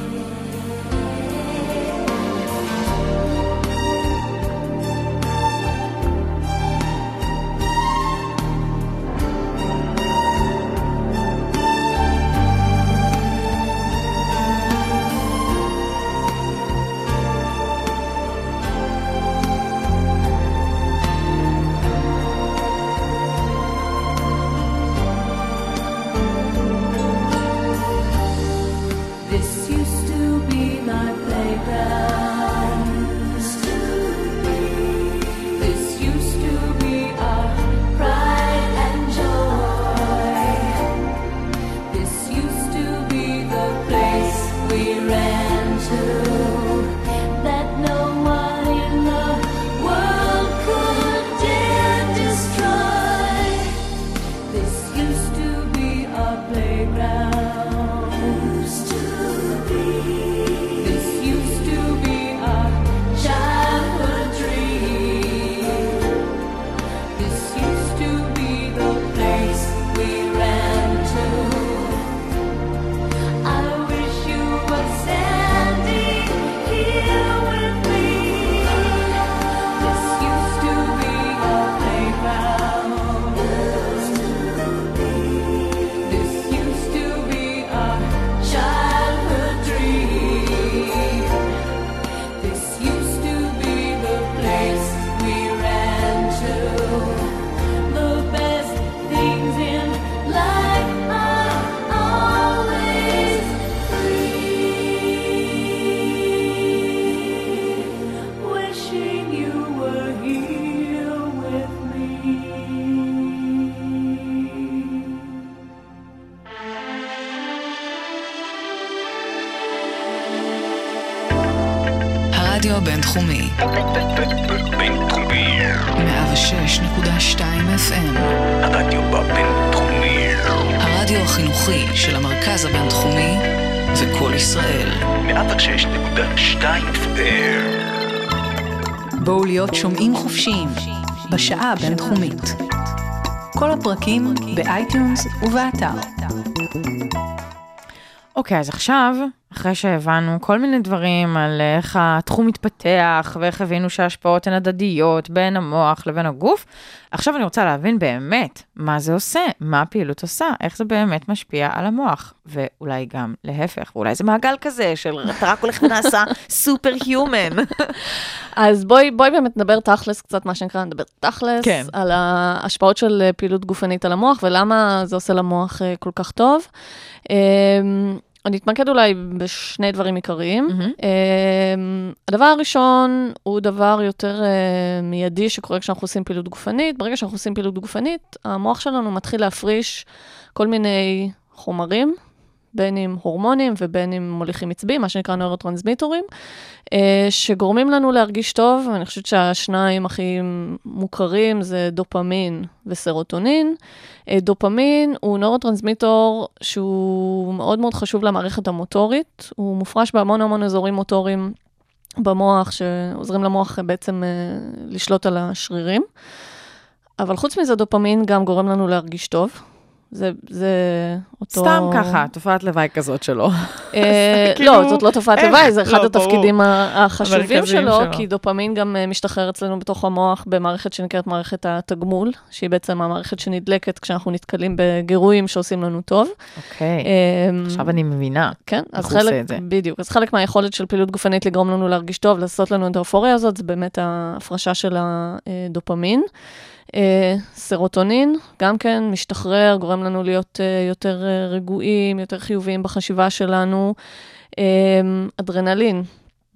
This used to be my playground. This used to be our pride and joy. This used to be the place we ran to that no one in the world could dare destroy. This used to be our playground. This used to be our childhood dream. This used to be the place we ran to. I wish you were standing here with me. This used to be our playground. This used to be our childhood dream. This used to be the place we ran to. The best things in life are always free. Wishing you were here with me. הרדיו הבינתחומי, בינתחומי. 106.2 FM, הרדיו בבינתחומי. הרדיו החינוכי של המרכז הבינתחומי וקול ישראל. 106.2 FM. בואו להיות שומעים חופשיים בשעה הבינתחומית. כל הפרקים באייטיונס ובאתר. אוקיי, אז עכשיו, אחרי שהבנו כל מיני דברים על איך התחום מתפתח, ואיך הבינו שההשפעות הן הדדיות בין המוח לבין הגוף, עכשיו אני רוצה להבין באמת מה זה עושה, מה הפעילות עושה, איך זה באמת משפיע על המוח, ואולי גם להפך, ואולי זה מעגל כזה של אתה רק הולך ונעשה סופר היומן. אז בואי באמת נדבר תכלס קצת, מה שנקרא, נדבר תכלס, כן. על ההשפעות של פעילות גופנית על המוח, ולמה זה עושה למוח כל כך טוב. אני אתמקד אולי בשני דברים עיקריים. הדבר הראשון הוא דבר יותר מיידי שקורה כשאנחנו עושים פעילות גופנית. ברגע שאנחנו עושים פעילות גופנית, המוח שלנו מתחיל להפריש כל מיני חומרים בין אם הורמונים ובין אם מוליכים עצביים, מה שנקרא נוירוטרנסמיטורים, שגורמים לנו להרגיש טוב, ואני חושבת שהשניים הכי מוכרים זה דופמין וסרוטונין. דופמין הוא נוירוטרנסמיטור שהוא מאוד מאוד חשוב למערכת המוטורית, הוא מופרש בהמון המון אזורים מוטוריים במוח, שעוזרים למוח בעצם לשלוט על השרירים. אבל חוץ מזה, דופמין גם גורם לנו להרגיש טוב. זה אותו... סתם ככה, תופעת לוואי כזאת שלו. לא, זאת לא תופעת לוואי, זה אחד התפקידים החשובים שלו, כי דופמין גם משתחרר אצלנו בתוך המוח במערכת שנקראת מערכת התגמול, שהיא בעצם המערכת שנדלקת כשאנחנו נתקלים בגירויים שעושים לנו טוב. אוקיי, עכשיו אני מבינה. כן, אז בדיוק. אז חלק מהיכולת של פעילות גופנית לגרום לנו להרגיש טוב, לעשות לנו את האופוריה הזאת, זה באמת ההפרשה של הדופמין. סרוטונין, גם כן משתחרר, גורם לנו להיות יותר רגועים, יותר חיוביים בחשיבה שלנו. אדרנלין.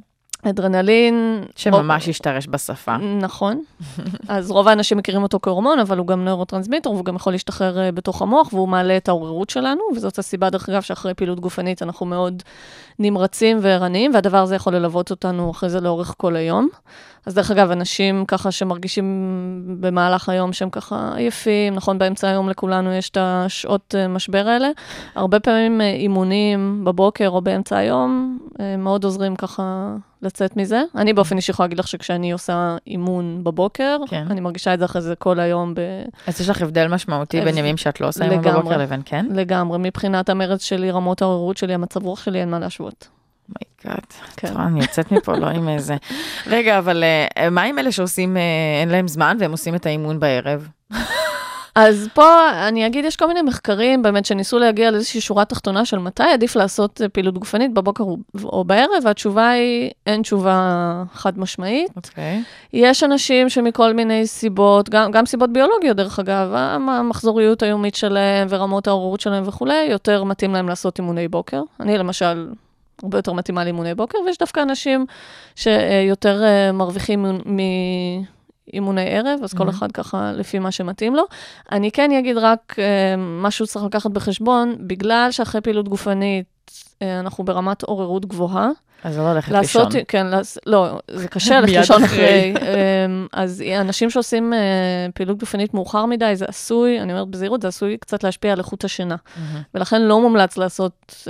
שממש ישתרש בשפה. נכון. אז רוב האנשים מכירים אותו כהורמון, אבל הוא גם נוירוטרנסמיטור, והוא גם יכול להשתחרר בתוך המוח, והוא מעלה את העוררות שלנו, וזאת הסיבה, דרך אגב, שאחרי פעילות גופנית אנחנו מאוד נמרצים וערניים, והדבר הזה יכול ללוות אותנו אחרי זה לאורך כל היום. אז דרך אגב, אנשים ככה שמרגישים במהלך היום שהם ככה עייפים, נכון, באמצע היום לכולנו יש את השעות משבר האלה, הרבה פעמים אימונים בבוקר או באמצע היום, מאוד עוזרים ככה לצאת מזה. אני באופן אישי יכולה להגיד לך שכשאני עושה אימון בבוקר, אני מרגישה את זה אחרי זה כל היום. אז יש לך הבדל משמעותי בין ימים שאת לא עושה אימון בבוקר לבין, כן? לגמרי, מבחינת המרץ שלי, רמות העוררות שלי, המצב רוח שלי, אין מה להשוות. טוב, אני יוצאת מפה, לא עם איזה... רגע, אבל מה עם אלה שעושים, אין להם זמן, והם עושים את האימון בערב? אז פה אני אגיד, יש כל מיני מחקרים באמת שניסו להגיע לאיזושהי שורה תחתונה של מתי עדיף לעשות פעילות גופנית בבוקר או בערב, והתשובה היא, אין תשובה חד משמעית. אוקיי. יש אנשים שמכל מיני סיבות, גם סיבות ביולוגיות דרך אגב, המחזוריות היומית שלהם ורמות העוררות שלהם וכולי, יותר מתאים להם לעשות אימוני בוקר. אני למשל... הרבה יותר מתאימה לאימוני בוקר, ויש דווקא אנשים שיותר מרוויחים מאימוני ערב, אז כל אחד ככה לפי מה שמתאים לו. אני כן אגיד רק משהו צריך לקחת בחשבון, בגלל שאחרי פעילות גופנית אנחנו ברמת עוררות גבוהה, אז זה לא הולכת לישון. כן, לא, זה קשה ללכת לישון אחרי. אז אנשים שעושים פעילות גופנית מאוחר מדי, זה עשוי, אני אומרת בזהירות, זה עשוי קצת להשפיע על איכות השינה. ולכן לא מומלץ לעשות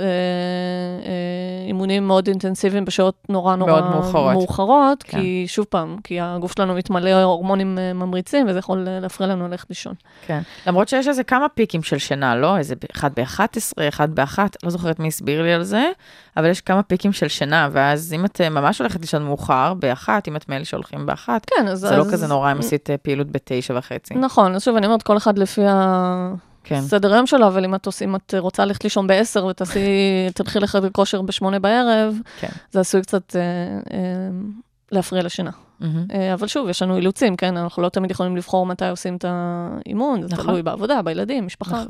אימונים מאוד אינטנסיביים בשעות נורא מאוחרות, כי שוב פעם, כי הגוף שלנו מתמלא הורמונים ממריצים, וזה יכול להפריע לנו ללכת לישון. כן. למרות שיש איזה כמה פיקים של שינה, לא? איזה 1 ב-11, 1 ב-1, לא זוכרת מי הסביר לי על זה, אבל יש כמה פיקים של שינה, ואז אם את ממש הולכת לישון מאוחר, ב-1, אם את מאלה שהולכים ב-1, זה לא כזה נורא אם עשית פעילות ב-9:30. נכון, אז שוב, אני אומרת, כל אחד לפי הסדר היום שלו, אבל אם את רוצה ללכת לישון ב-10, ותלכי לחדר כושר ב-8 בערב, זה עשוי קצת להפריע לשינה. אבל שוב, יש לנו אילוצים, כן? אנחנו לא תמיד יכולים לבחור מתי עושים את האימון, זה תלוי בעבודה, בילדים, משפחה.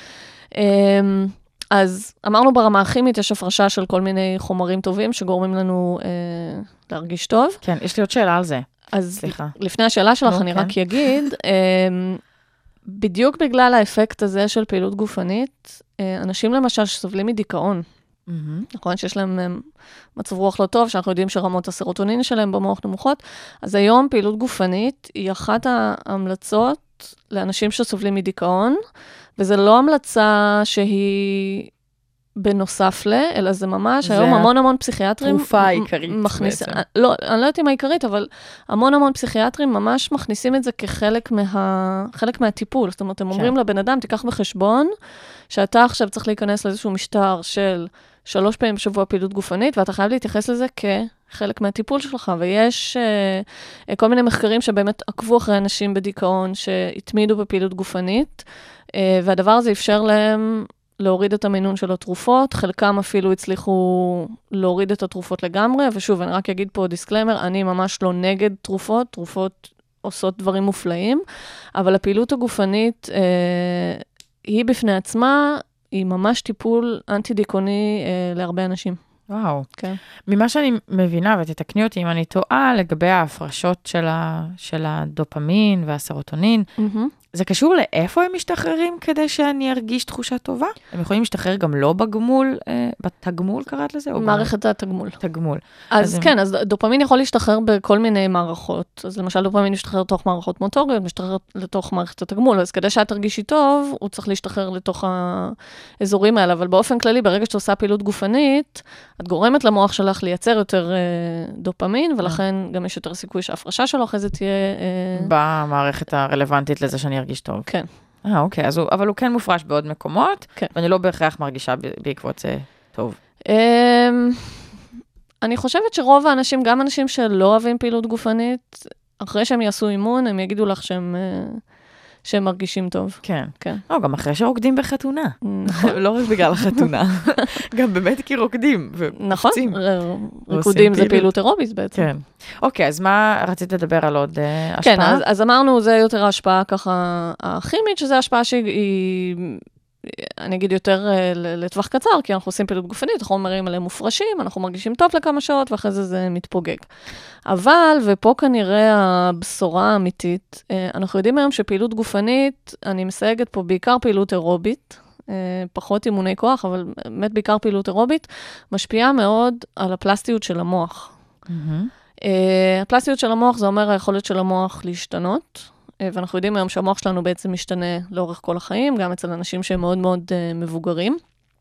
אז אמרנו ברמה הכימית, יש הפרשה של כל מיני חומרים טובים שגורמים לנו להרגיש טוב. כן, יש לי עוד שאלה על זה. אז סליחה. לפני השאלה שלך, אני רק אגיד, בדיוק בגלל האפקט הזה של פעילות גופנית, אנשים למשל שסובלים מדיכאון, נכון, שיש להם מצב רוח לא טוב, שאנחנו יודעים שרמות הסרוטונין שלהם במוח נמוכות, אז היום פעילות גופנית היא אחת ההמלצות לאנשים שסובלים מדיכאון, וזה לא המלצה שהיא בנוסף אלא זה ממש, היום המון פסיכיאטרים... תרופה העיקרית בעצם. לא, אני לא יודעת אם העיקרית, אבל המון פסיכיאטרים ממש מכניסים את זה כחלק מהטיפול. זאת אומרת, הם אומרים לבן אדם, תיקח בחשבון, שאתה עכשיו צריך להיכנס לאיזשהו משטר של 3 פעמים בשבוע פעילות גופנית, ואתה חייב להתייחס לזה כחלק מהטיפול שלך. ויש כל מיני מחקרים שבאמת עקבו אחרי אנשים בדיכאון, שהתמידו בפעילות גופנית, והדבר הזה אפשר להם להוריד את המינון של התרופות, חלקם אפילו הצליחו להוריד את התרופות לגמרי, ושוב, אני רק אגיד פה דיסקליימר, אני ממש לא נגד תרופות, תרופות עושות דברים מופלאים, אבל הפעילות הגופנית היא בפני עצמה, היא ממש טיפול אנטי-דיכאוני להרבה אנשים. וואו. כן. ממה שאני מבינה, ותתקני אותי אם אני טועה, לגבי ההפרשות של הדופמין והסרוטונין, זה קשור לאיפה הם משתחררים כדי שאני ארגיש תחושה טובה? הם יכולים להשתחרר גם לא בגמול, בתגמול קראת לזה? מערכת התגמול. תגמול. אז כן, אז דופמין יכול להשתחרר בכל מיני מערכות. אז למשל דופמין משתחרר לתוך מערכות מוטוריות, משתחרר לתוך מערכת התגמול. אז כדי שאת תרגישי טוב, הוא צריך להשתחרר לתוך האזורים האלה. אבל באופן כללי, ברגע שאת עושה פעילות גופנית, את גורמת למוח שלך לייצר יותר דופמין, ולכן גם יש יותר סיכוי שההפרשה שלו אחרי זה תהיה... במערכת הרלוונטית לזה שאני ארגיש טוב. כן. אוקיי, אבל הוא כן מופרש בעוד מקומות, כן. ואני לא בהכרח מרגישה בעקבות זה טוב. אני חושבת שרוב האנשים, גם אנשים שלא אוהבים פעילות גופנית, אחרי שהם יעשו אימון, הם יגידו לך שהם מרגישים טוב. כן. כן. גם אחרי שרוקדים בחתונה. לא רק בגלל החתונה. גם באמת כי רוקדים נכון, ופצים. ריקודים זה פעילות אירובית בעצם. כן. אוקיי, אז מה רצית לדבר על עוד השפעה? כן, אז אמרנו, זה יותר ההשפעה ככה הכימית, שזה השפעה שהיא, אני אגיד יותר לטווח קצר, כי אנחנו עושים פעילות גופנית, החומרים עליהם מופרשים, אנחנו מרגישים טוב לכמה שעות, ואחרי זה מתפוגג. אבל, ופה כנראה הבשורה האמיתית, אנחנו יודעים היום שפעילות גופנית, אני מסייגת פה בעיקר פעילות אירובית, פחות אימוני כוח, אבל באמת בעיקר פעילות אירובית, משפיעה מאוד על הפלסטיות של המוח. הפלסטיות של המוח, זה אומר היכולת של המוח להשתנות, ואנחנו יודעים היום שהמוח שלנו בעצם משתנה לאורך כל החיים, גם אצל אנשים שהם מאוד מאוד מבוגרים.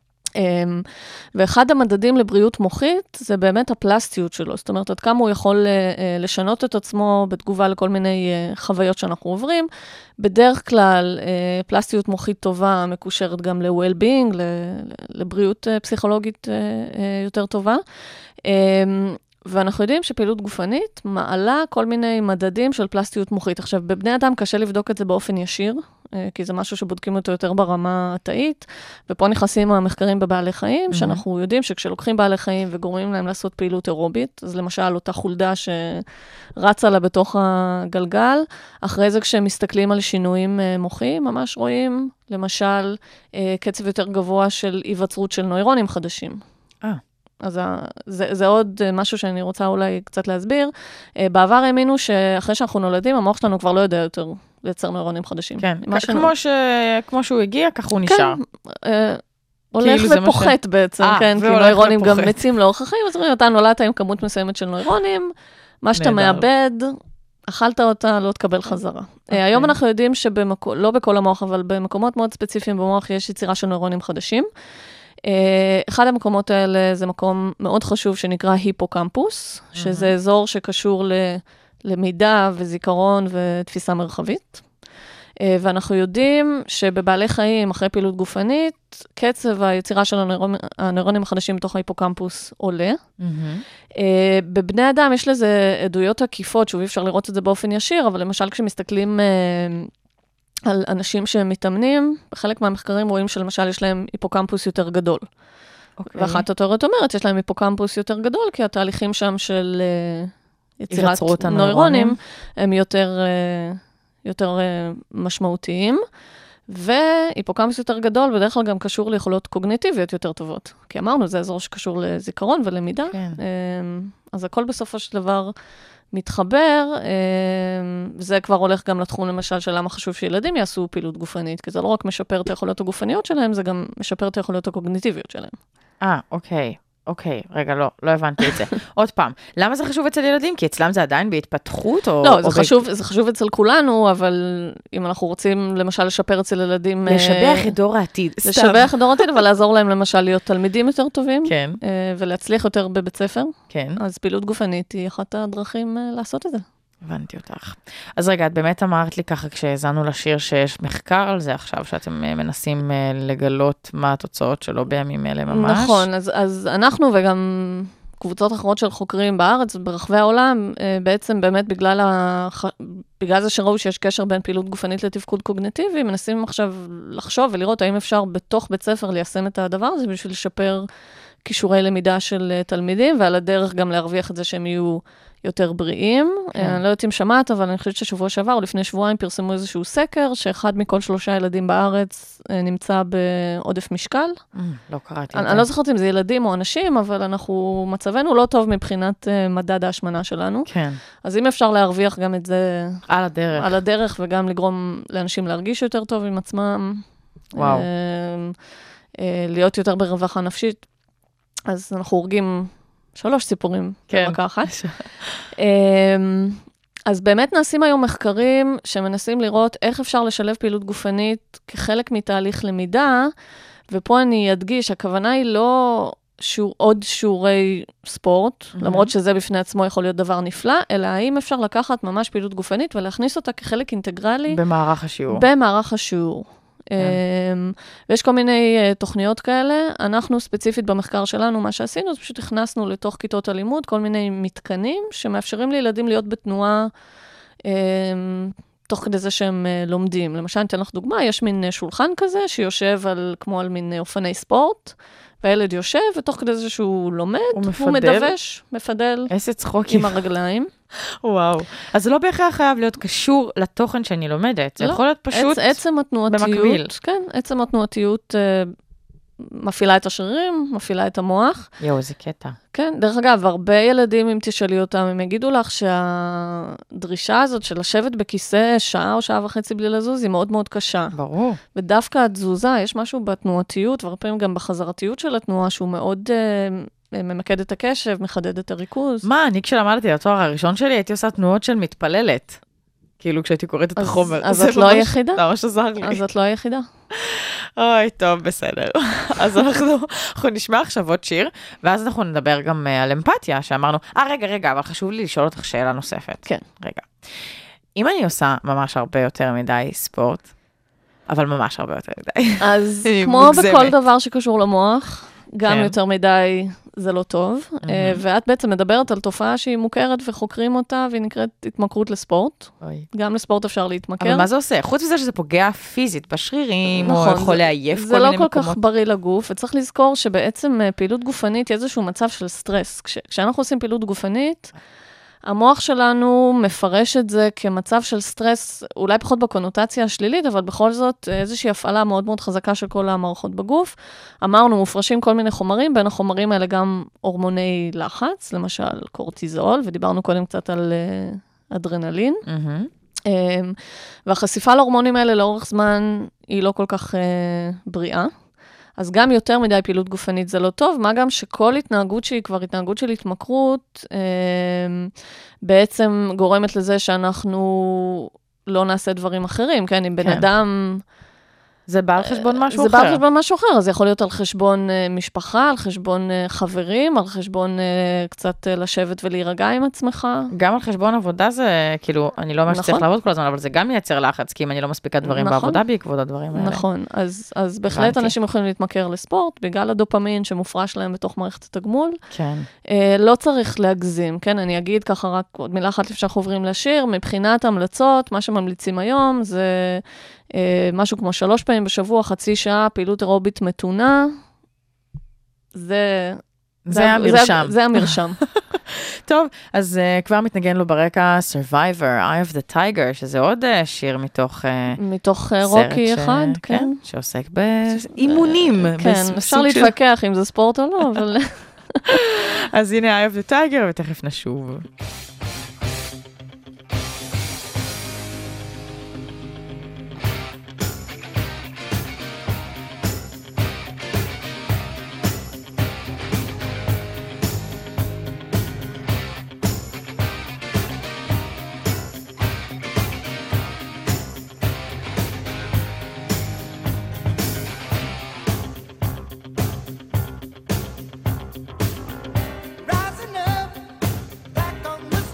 ואחד המדדים לבריאות מוחית זה באמת הפלסטיות שלו, זאת אומרת, עד כמה הוא יכול לשנות את עצמו בתגובה לכל מיני חוויות שאנחנו עוברים. בדרך כלל, פלסטיות מוחית טובה מקושרת גם ל-well-being, לבריאות פסיכולוגית יותר טובה. ואנחנו יודעים שפעילות גופנית מעלה כל מיני מדדים של פלסטיות מוחית. עכשיו, בבני אדם קשה לבדוק את זה באופן ישיר, כי זה משהו שבודקים אותו יותר ברמה התאית, ופה נכנסים המחקרים בבעלי חיים, שאנחנו יודעים שכשלוקחים בעלי חיים וגורמים להם לעשות פעילות אירובית, אז למשל אותה חולדה שרצה לה בתוך הגלגל, אחרי זה כשהם מסתכלים על שינויים מוחיים, ממש רואים, למשל, קצב יותר גבוה של היווצרות של נוירונים חדשים. אז זה עוד משהו שאני רוצה אולי קצת להסביר. בעבר האמינו שאחרי שאנחנו נולדים, המוח שלנו כבר לא יודע יותר לייצר נוירונים חדשים. כן, כמו שהוא הגיע, כך הוא נשאר. כן, הולך ופוחת בעצם, כן, כי נוירונים גם מתים לאורך החיים, אז אומרים, אתה נולדת עם כמות מסוימת של נוירונים, מה שאתה מאבד, אכלת אותה, לא תקבל חזרה. היום אנחנו יודעים לא בכל המוח, אבל במקומות מאוד ספציפיים במוח יש יצירה של נוירונים חדשים. אחד המקומות האלה זה מקום מאוד חשוב שנקרא היפוקמפוס, שזה אזור שקשור למידע וזיכרון ותפיסה מרחבית. ואנחנו יודעים שבבעלי חיים, אחרי פעילות גופנית, קצב היצירה של הנוירונים החדשים בתוך ההיפוקמפוס עולה. בבני אדם יש לזה עדויות עקיפות, שוב אי אפשר לראות את זה באופן ישיר, אבל למשל כשמסתכלים על אנשים שמתאמנים, בחלק מהמחקרים רואים שלמשל יש להם היפוקמפוס יותר גדול. ואחת התיאוריות אומרת, יש להם היפוקמפוס יותר גדול, כי התהליכים שם של יצירת נוירונים הם יותר משמעותיים, והיפוקמפוס יותר גדול בדרך כלל גם קשור ליכולות קוגניטיביות יותר טובות. כי אמרנו, זה אזור שקשור לזיכרון ולמידה, אז הכל בסופו של דבר מתחבר, וזה כבר הולך גם לתחום למשל של למה חשוב שילדים יעשו פעילות גופנית, כי זה לא רק משפר את היכולות הגופניות שלהם, זה גם משפר את היכולות הקוגניטיביות שלהם. אוקיי, רגע, לא הבנתי את זה. עוד פעם, למה זה חשוב אצל ילדים? כי אצלם זה עדיין בהתפתחות? לא, זה חשוב אצל כולנו, אבל אם אנחנו רוצים למשל לשפר אצל ילדים... לשבח את דור העתיד. לשבח את דור העתיד, אבל לעזור להם למשל להיות תלמידים יותר טובים, ולהצליח יותר בבית ספר. כן. אז פעילות גופנית היא אחת הדרכים לעשות את זה. הבנתי אותך. אז רגע, את באמת אמרת לי ככה, כשהזנו לשיר שיש מחקר על זה עכשיו, שאתם מנסים לגלות מה התוצאות שלו בימים אלה ממש. נכון, אז אנחנו וגם קבוצות אחרות של חוקרים בארץ, ברחבי העולם, בעצם באמת בגלל זה שראו שיש קשר בין פעילות גופנית לתפקוד קוגניטיבי, מנסים עכשיו לחשוב ולראות האם אפשר בתוך בית ספר ליישם את הדבר הזה בשביל לשפר כישורי למידה של תלמידים, ועל הדרך גם להרוויח את זה שהם יהיו יותר בריאים. אני לא יודעת אם שמעת, אבל אני חושבת ששבוע שעבר, או לפני שבועיים, פרסמו איזשהו סקר, שאחד מכל 3 ילדים בארץ נמצא בעודף משקל. לא קראתי את זה. אני לא זוכרת אם זה ילדים או אנשים, אבל מצבנו לא טוב מבחינת מדד ההשמנה שלנו. כן. אז אם אפשר להרוויח גם את זה על הדרך, וגם לגרום לאנשים להרגיש יותר טוב עם עצמם, וואו. להיות יותר ברווחה נפשית, אז אנחנו הורגים 3 סיפורים במכה אחת. אז באמת נעשים היום מחקרים שמנסים לראות איך אפשר לשלב פעילות גופנית כחלק מתהליך למידה, ופה אני אדגיש, הכוונה היא לא עוד שיעורי ספורט, למרות שזה בפני עצמו יכול להיות דבר נפלא, אלא האם אפשר לקחת ממש פעילות גופנית ולהכניס אותה כחלק אינטגרלי. במערך השיעור. במערך השיעור. ויש כל מיני תוכניות כאלה. אנחנו ספציפית במחקר שלנו, מה שעשינו, זה פשוט הכנסנו לתוך כיתות הלימוד כל מיני מתקנים שמאפשרים לילדים להיות בתנועה תוך כדי זה שהם לומדים. למשל, ניתן לך דוגמה, יש מין שולחן כזה שיושב כמו על מין אופני ספורט, והילד יושב, ותוך כדי זה שהוא לומד, הוא מדווש, מפדל עם הרגליים. וואו. אז זה לא בהכרח חייב להיות קשור לתוכן שאני לומדת. זה יכול להיות פשוט במקביל. כן, עצם התנועתיות מפעילה את השרירים, מפעילה את המוח. יואו, איזה קטע. כן, דרך אגב, הרבה ילדים, אם תשאלי אותם, הם יגידו לך שהדרישה הזאת של לשבת בכיסא שעה או שעה וחצי בלי לזוז, היא מאוד מאוד קשה. ברור. ודווקא התזוזה, יש משהו בתנועתיות, והרבה פעמים גם בחזרתיות של התנועה, שהוא מאוד ממקד את הקשב, מחדד את הריכוז. מה, אני כשלמדתי לתואר הראשון שלי, הייתי עושה תנועות של מתפללת. כאילו, כשהייתי קוראת את החומר. אז את לא היחידה? זה ממש עזר לי. אז את לא היחידה. אוי, טוב, בסדר. אז אנחנו נשמע עכשיו עוד שיר, ואז אנחנו נדבר גם על אמפתיה, שאמרנו, רגע, אבל חשוב לי לשאול אותך שאלה נוספת. כן. רגע. אם אני עושה ממש הרבה יותר מדי ספורט, אבל ממש הרבה יותר מדי. אז כמו בכל דבר שקשור למוח, גם יותר מדי זה לא טוב, ואת בעצם מדברת על תופעה שהיא מוכרת וחוקרים אותה, והיא נקראת התמכרות לספורט. גם לספורט אפשר להתמכר. אבל מה זה עושה? חוץ מזה שזה פוגע פיזית בשרירים, או יכול לעייף כל מיני מקומות. זה לא כל כך בריא לגוף, וצריך לזכור שבעצם פעילות גופנית היא איזשהו מצב של סטרס. כשאנחנו עושים פעילות גופנית, המוח שלנו מפרש את זה כמצב של סטרס, אולי פחות בקונוטציה השלילית, אבל בכל זאת איזושהי הפעלה מאוד מאוד חזקה של כל המערכות בגוף. אמרנו, מופרשים כל מיני חומרים, בין החומרים האלה גם הורמוני לחץ, למשל קורטיזול, ודיברנו קודם קצת על אדרנלין. והחשיפה להורמונים האלה לאורך זמן היא לא כל כך בריאה. אז גם יותר מדי פעילות גופנית זה לא טוב, מה גם שכל התנהגות שהיא כבר התנהגות של התמכרות, בעצם גורמת לזה שאנחנו לא נעשה דברים אחרים, כן? אם בן אדם... זה בא על חשבון משהו אחר. זה בא על חשבון משהו אחר, אז זה יכול להיות על חשבון משפחה, על חשבון חברים, על חשבון קצת לשבת ולהירגע עם עצמך. גם על חשבון עבודה זה, כאילו, אני לא אומרת שצריך לעבוד כל הזמן, אבל זה גם ייצר לחץ, כי אם אני לא מספיקה דברים בעבודה בעקבות הדברים האלה. נכון, אז בהחלט אנשים יכולים להתמכר לספורט, בגלל הדופמין שמופרש להם בתוך מערכת התגמול. כן. לא צריך להגזים, כן? אני אגיד ככה רק עוד מילה אחת לפני שאנחנו עוברים לשיר, מבחינת המלצות, מה שממליצים היום זה משהו כמו 3 פעמים בשבוע, חצי שעה, פעילות אירובית מתונה. זה המרשם. זה המרשם. טוב, אז כבר מתנגן לו ברקע Survivor, Eye of the Tiger, שזה עוד שיר מתוך רוקי אחד, כן. שעוסק באימונים. כן, אפשר להתווכח אם זה ספורט או לא, אבל... אז הנה Eye of the Tiger, ותכף נשוב. Rising up, back on the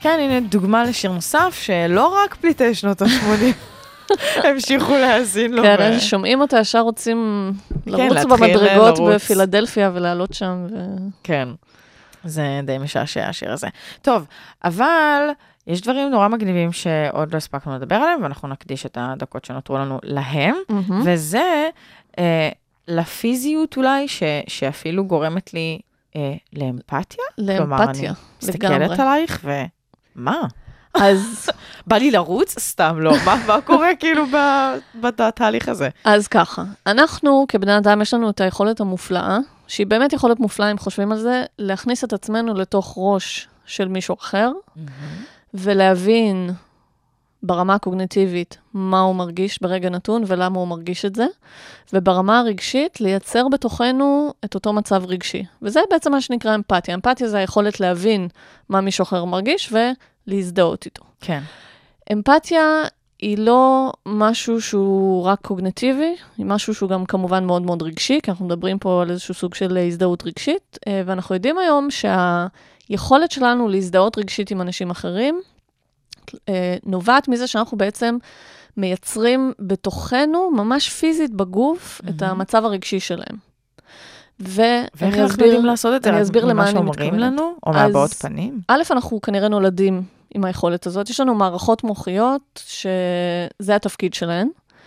כן, הנה דוגמה לשיר נוסף, שלא רק פליטי שנות ה-80 המשיכו להאזין לו. כן, שומעים אותה, ישר רוצים לרוץ במדרגות בפילדלפיה ולעלות שם. כן, זה די משעשע השיר הזה. טוב, אבל יש דברים נורא מגניבים שעוד לא הספקנו לדבר עליהם, ואנחנו נקדיש את הדקות שנותרו לנו להם, וזה לפיזיות אולי, שאפילו גורמת לי לאמפתיה. לאמפתיה, לגמרי. מסתכלת עלייך ומה? אז בא לי לרוץ? סתם לא. מה קורה כאילו בתהליך הזה? אז ככה, אנחנו כבני אדם יש לנו את היכולת המופלאה, שהיא באמת יכולת מופלאה, אם חושבים על זה, להכניס את עצמנו לתוך ראש של מישהו אחר, ולהבין ברמה הקוגניטיבית מה הוא מרגיש ברגע נתון ולמה הוא מרגיש את זה, וברמה הרגשית לייצר בתוכנו את אותו מצב רגשי. וזה בעצם מה שנקרא אמפתיה. אמפתיה זה היכולת להבין מה מישהו אחר מרגיש ולהזדהות איתו. כן. אמפתיה היא לא משהו שהוא רק קוגניטיבי, היא משהו שהוא גם כמובן מאוד מאוד רגשי, כי אנחנו מדברים פה על איזשהו סוג של הזדהות רגשית, ואנחנו יודעים היום שהיכולת שלנו להזדהות רגשית עם אנשים אחרים, נובעת מזה שאנחנו בעצם מייצרים בתוכנו, ממש פיזית בגוף, את המצב הרגשי שלהם. ואיך אנחנו יודעים לעשות את זה? אני אסביר למה אני מתכוונת. שאומרים לנו, או מהבעות פנים? א', אנחנו כנראה נולדים עם היכולת הזאת. יש לנו מערכות מוחיות, שזה התפקיד שלהן.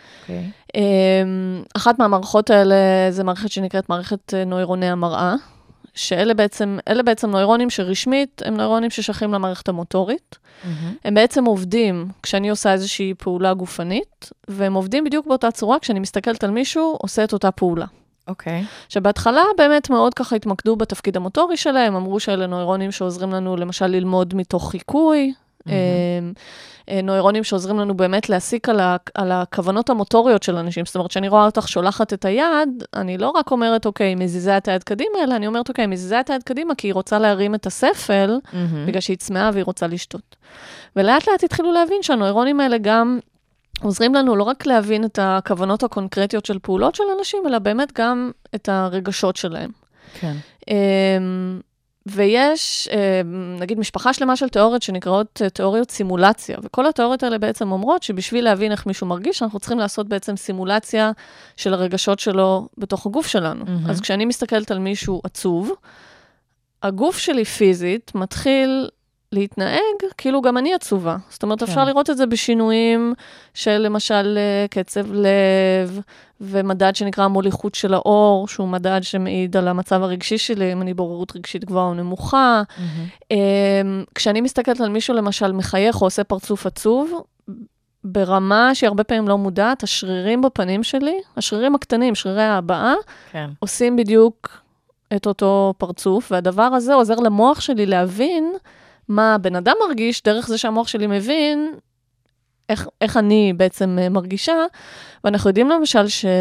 אחת מהמערכות האלה, זה מערכת שנקראת מערכת נוירוני המראה, שאלה בעצם נוירונים שרשמית, הם נוירונים ששייכים למערכת המוטורית. הם בעצם עובדים כשאני עושה איזושהי פעולה גופנית, והם עובדים בדיוק באותה צורה, כשאני מסתכלת על מישהו, עושה את אותה פעולה. אוקיי. שבהתחלה באמת מאוד ככה התמקדו בתפקיד המוטורי שלהם, אמרו שאלה נוירונים שעוזרים לנו למשל ללמוד מתוך חיקוי, נוירונים שעוזרים לנו באמת להסיק על הכוונות המוטוריות של אנשים. זאת אומרת, שאני רואה אותך שולחת את היד, אני לא רק אומרת, אוקיי, מזיזה את היד קדימה, אלא אני אומרת, אוקיי, מזיזה את היד קדימה, כי היא רוצה להרים את הספל, בגלל שהיא צמאה והיא רוצה לשתות. ולאט לאט התחילו להבין שהנוירונים האלה גם עוזרים לנו לא רק להבין את הכוונות הקונקרטיות של פעולות של אנשים, אלא באמת גם את הרגשות שלהם. כן. ויש, נגיד, משפחה שלמה של תיאוריות שנקראות תיאוריות סימולציה, וכל התיאוריות האלה בעצם אומרות שבשביל להבין איך מישהו מרגיש, אנחנו צריכים לעשות בעצם סימולציה של הרגשות שלו בתוך הגוף שלנו. אז כשאני מסתכלת על מישהו עצוב, הגוף שלי פיזית מתחיל להתנהג כאילו גם אני עצובה. זאת אומרת, אפשר לראות את זה בשינויים של למשל קצב לב, ומדד שנקרא המוליכות של האור, שהוא מדד שמעיד על המצב הרגשי שלי, אם אני בעוררות רגשית גבוהה או נמוכה. כשאני מסתכלת על מישהו למשל מחייך או עושה פרצוף עצוב, ברמה שהיא הרבה פעמים לא מודעת, השרירים בפנים שלי, השרירים הקטנים, שרירי ההבעה, עושים בדיוק את אותו פרצוף, והדבר הזה עוזר למוח שלי להבין מה הבן אדם מרגיש, דרך זה שהמוח שלי מבין איך אני בעצם מרגישה, ואנחנו יודעים למשל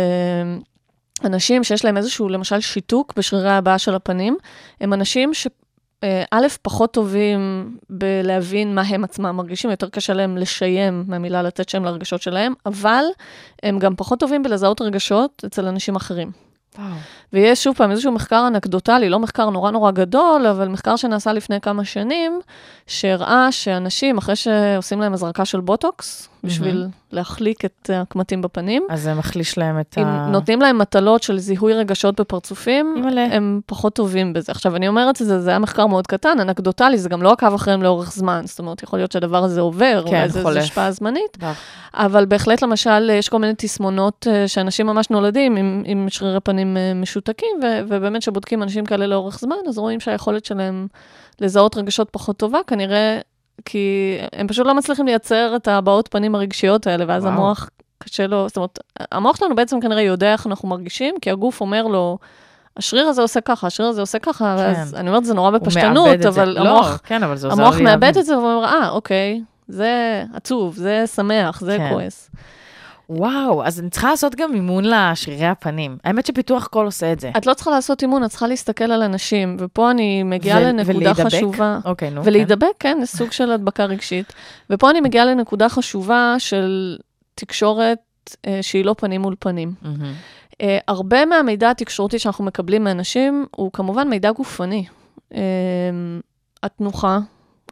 שאנשים שיש להם איזשהו למשל שיתוק בשרירי ההבעה של הפנים, הם אנשים שא' פחות טובים בלהבין מה הם עצמם מרגישים, יותר קשה להם לשיים מהמילה לתת שם לרגשות שלהם, אבל הם גם פחות טובים בלזהות רגשות אצל אנשים אחרים. ויש שוב פעם איזשהו מחקר אנקדוטלי, לא מחקר נורא נורא גדול, אבל מחקר שנעשה לפני כמה שנים, שהראה שאנשים, אחרי שעושים להם הזרקה של בוטוקס, בשביל להחליק את הקמטים בפנים, אז זה מחליש להם את נותנים להם מטלות של זיהוי רגשות בפרצופים, הם פחות טובים בזה. עכשיו, אני אומרת את זה, זה היה מחקר מאוד קטן, אנקדוטלי, זה גם לא עקב אחריהם לאורך זמן, זאת אומרת, יכול להיות שהדבר הזה עובר, או איזו השפעה זמנית, אבל בהחלט, למשל, יש כל מיני תסמונות שאנשים ממש נולדים עם שרירי פנים משותקים, ובאמת שבודקים אנשים כאלה לאורך זמן, אז רואים שהיכולת שלהם לזהות רגשות פחות טובה, כנראה כי הם פשוט לא מצליחים לייצר את הבעות פנים הרגשיות האלה, ואז המוח קשה לו, זאת אומרת, המוח שלנו בעצם כנראה יודע איך אנחנו מרגישים, כי הגוף אומר לו, השריר הזה עושה ככה, השריר הזה עושה ככה, ואז אני אומרת, זה נורא בפשטנות, אבל המוח מאבד את זה, ואומר, אוקיי, זה עצוב, זה שמח, זה כועס. וואו, אז אני צריכה לעשות גם אימון לשרירי הפנים. האמת שפיתוח קול עושה את זה. את לא צריכה לעשות אימון, את צריכה להסתכל על אנשים, ופה אני מגיעה לנקודה חשובה. אוקיי, נו. ולהידבק, כן, זה סוג של הדבקה רגשית. ופה אני מגיעה לנקודה חשובה של תקשורת שהיא לא פנים מול פנים. הרבה מהמידע התקשורתי שאנחנו מקבלים מאנשים, הוא כמובן מידע גופני. התנוחה,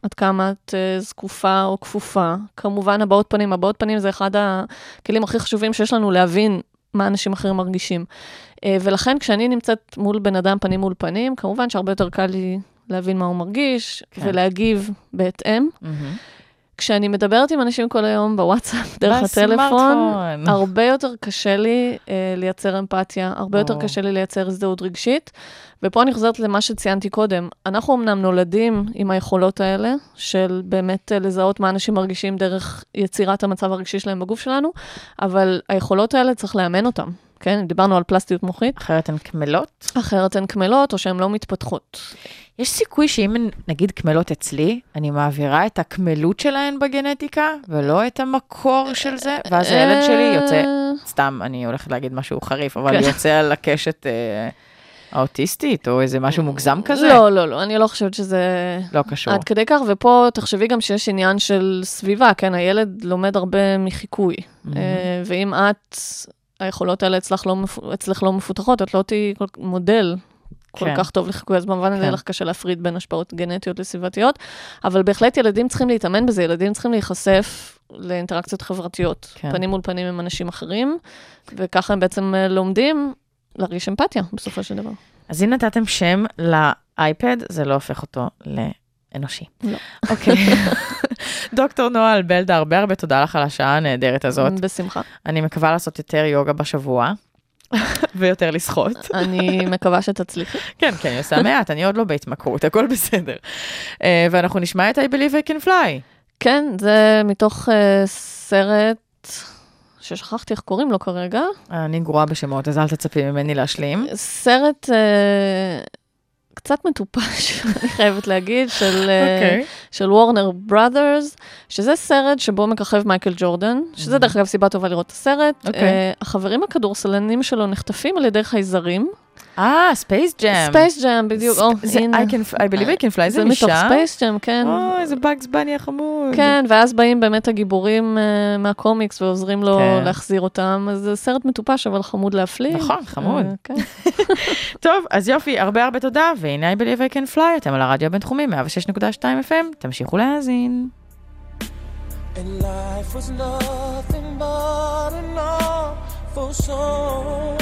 עד כמה את זקופה או כפופה. כמובן, הבעות פנים זה אחד הכלים הכי חשובים שיש לנו להבין מה אנשים אחרים מרגישים. ולכן, כשאני נמצאת מול בן אדם פנים מול פנים, כמובן שהרבה יותר קל לי להבין מה הוא מרגיש, ולהגיב בהתאם. כשאני מדברת עם אנשים כל היום בוואטסאפ, דרך הטלפון, הרבה יותר קשה לי לייצר אמפתיה, הרבה יותר קשה לי לייצר הזדהות רגשית, ופה אני חוזרת למה שציינתי קודם. אנחנו אמנם נולדים עם היכולות האלה, של באמת לזהות מה אנשים מרגישים דרך יצירת המצב הרגשי שלהם בגוף שלנו, אבל היכולות האלה צריך לאמן אותם. כן, דיברנו על פלסטיות מוחית. אחרת הן כמלות? אחרת הן כמלות, או שהן לא מתפתחות. יש סיכוי שאם נגיד כמלות אצלי, אני מעבירה את הכמלות שלהן בגנטיקה, ולא את המקור של זה, ואז הילד שלי יוצא, סתם, אני הולכת להגיד משהו חריף, אבל יוצא על הקשת האוטיסטית, או איזה משהו מוגזם כזה? לא, אני לא חושבת שזה... לא קשור. עד כדי כך, ופה תחשבי גם שיש עניין של סביבה, כן, הילד לומד הרבה מחיקוי, ואם את... היכולות האלה אצלך לא מפותחות, את לא תהיי מודל כל כך טוב לחיקוי, אז במובן הזה לך קשה להפריד בין השפעות גנטיות לסביבתיות, אבל בהחלט ילדים צריכים להתאמן בזה, ילדים צריכים להיחשף לאינטראקציות חברתיות, פנים מול פנים עם אנשים אחרים, וככה הם בעצם לומדים להרגיש אמפתיה בסופו של דבר. אז אם נתתם שם לאייפד, זה לא הופך אותו לאנושי. לא. אוקיי. דוקטור נועה אלבלדה, הרבה תודה לך על השעה הנהדרת הזאת. בשמחה. אני מקווה לעשות יותר יוגה בשבוע, ויותר לשחות. אני מקווה שתצליחי. כן, אני עושה מעט, אני עוד לא בהתמכרות, הכל בסדר. ואנחנו נשמע את I Believe I Can Fly. כן, זה מתוך סרט ששכחתי איך קוראים לו כרגע. אני גרועה בשמות, אז אל תצפי ממני להשלים. סרט... קצת מטופש, אני חייבת להגיד, של וורנר בראדרס, שזה סרט שבו מככב מייקל ג'ורדן, שזה דרך אגב סיבה טובה לראות את הסרט. החברים הכדורסלנים שלו נחטפים על ידי חייזרים. ספייס ג'ם. ספייס ג'ם, בדיוק. I Believe I Can Fly, זה מתוך משם? ספייס ג'ם, כן. איזה באגס בני החמוד. כן, ואז באים באמת הגיבורים מהקומיקס ועוזרים לו להחזיר אותם. אז זה סרט מטופש, אבל חמוד להפליא. נכון, חמוד. טוב, אז יופי, הרבה תודה, והנה I Believe I Can Fly, אתם על הרדיו הבינתחומי, 106.2 FM, תמשיכו להאזין. And life was nothing but an awful song.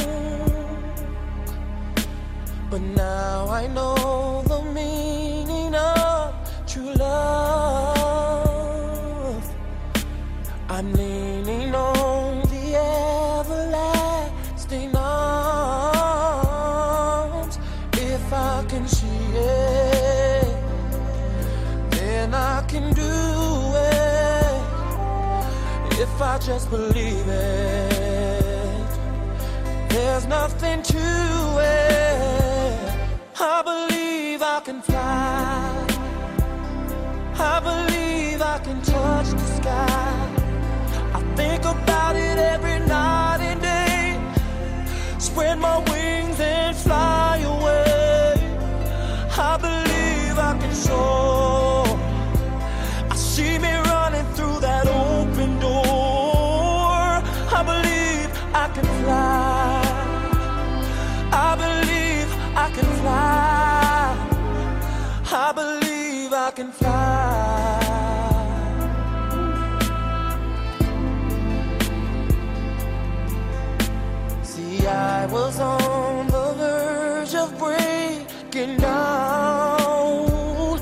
But now I know the meaning of true love. I'm leaning on the everlasting arms. If I can see it, then I can do it. If I just believe it, there's nothing to it. I believe I can fly. I believe I can touch the sky. I think about it every night and day. Spread my wings and fly away. I believe I can soar. I see me running through that open door. I believe I can fly. I believe I can fly. I believe I can fly. See, I was on the verge of breaking down.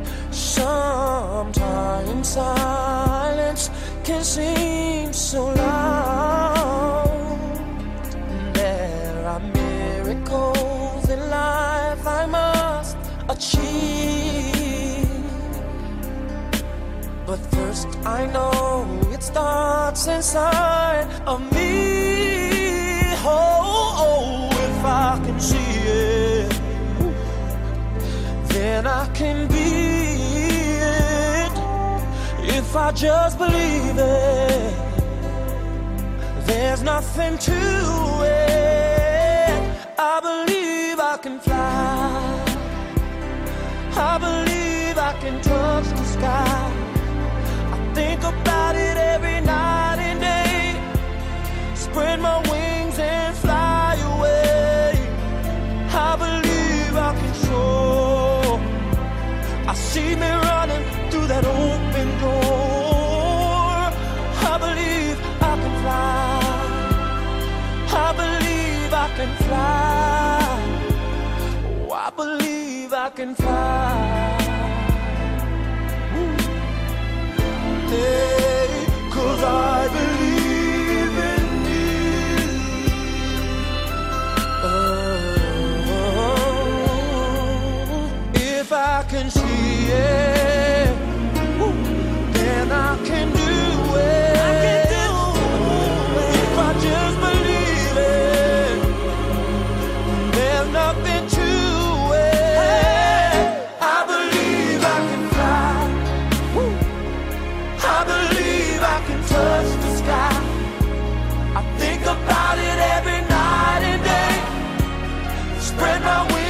Sometimes silence can seem so loud. There are miracles in life I must achieve. But first I know it starts inside of me. Oh, if I can see it, then I can be it. If I just believe it, there's nothing to it. I believe I can fly. I believe I can touch the sky. I think about it every night and day. Spread my wings and fly away. I believe I can soar. I see me running through can fly. Oh, I believe I can fly. Hey, 'cause I believe in you. Oh, if I can see it, then I can do it. I can do it. If I just believe it, there's nothing to it. I believe I can fly. I believe I can touch the sky. I think about it every night and day. Spread my wings.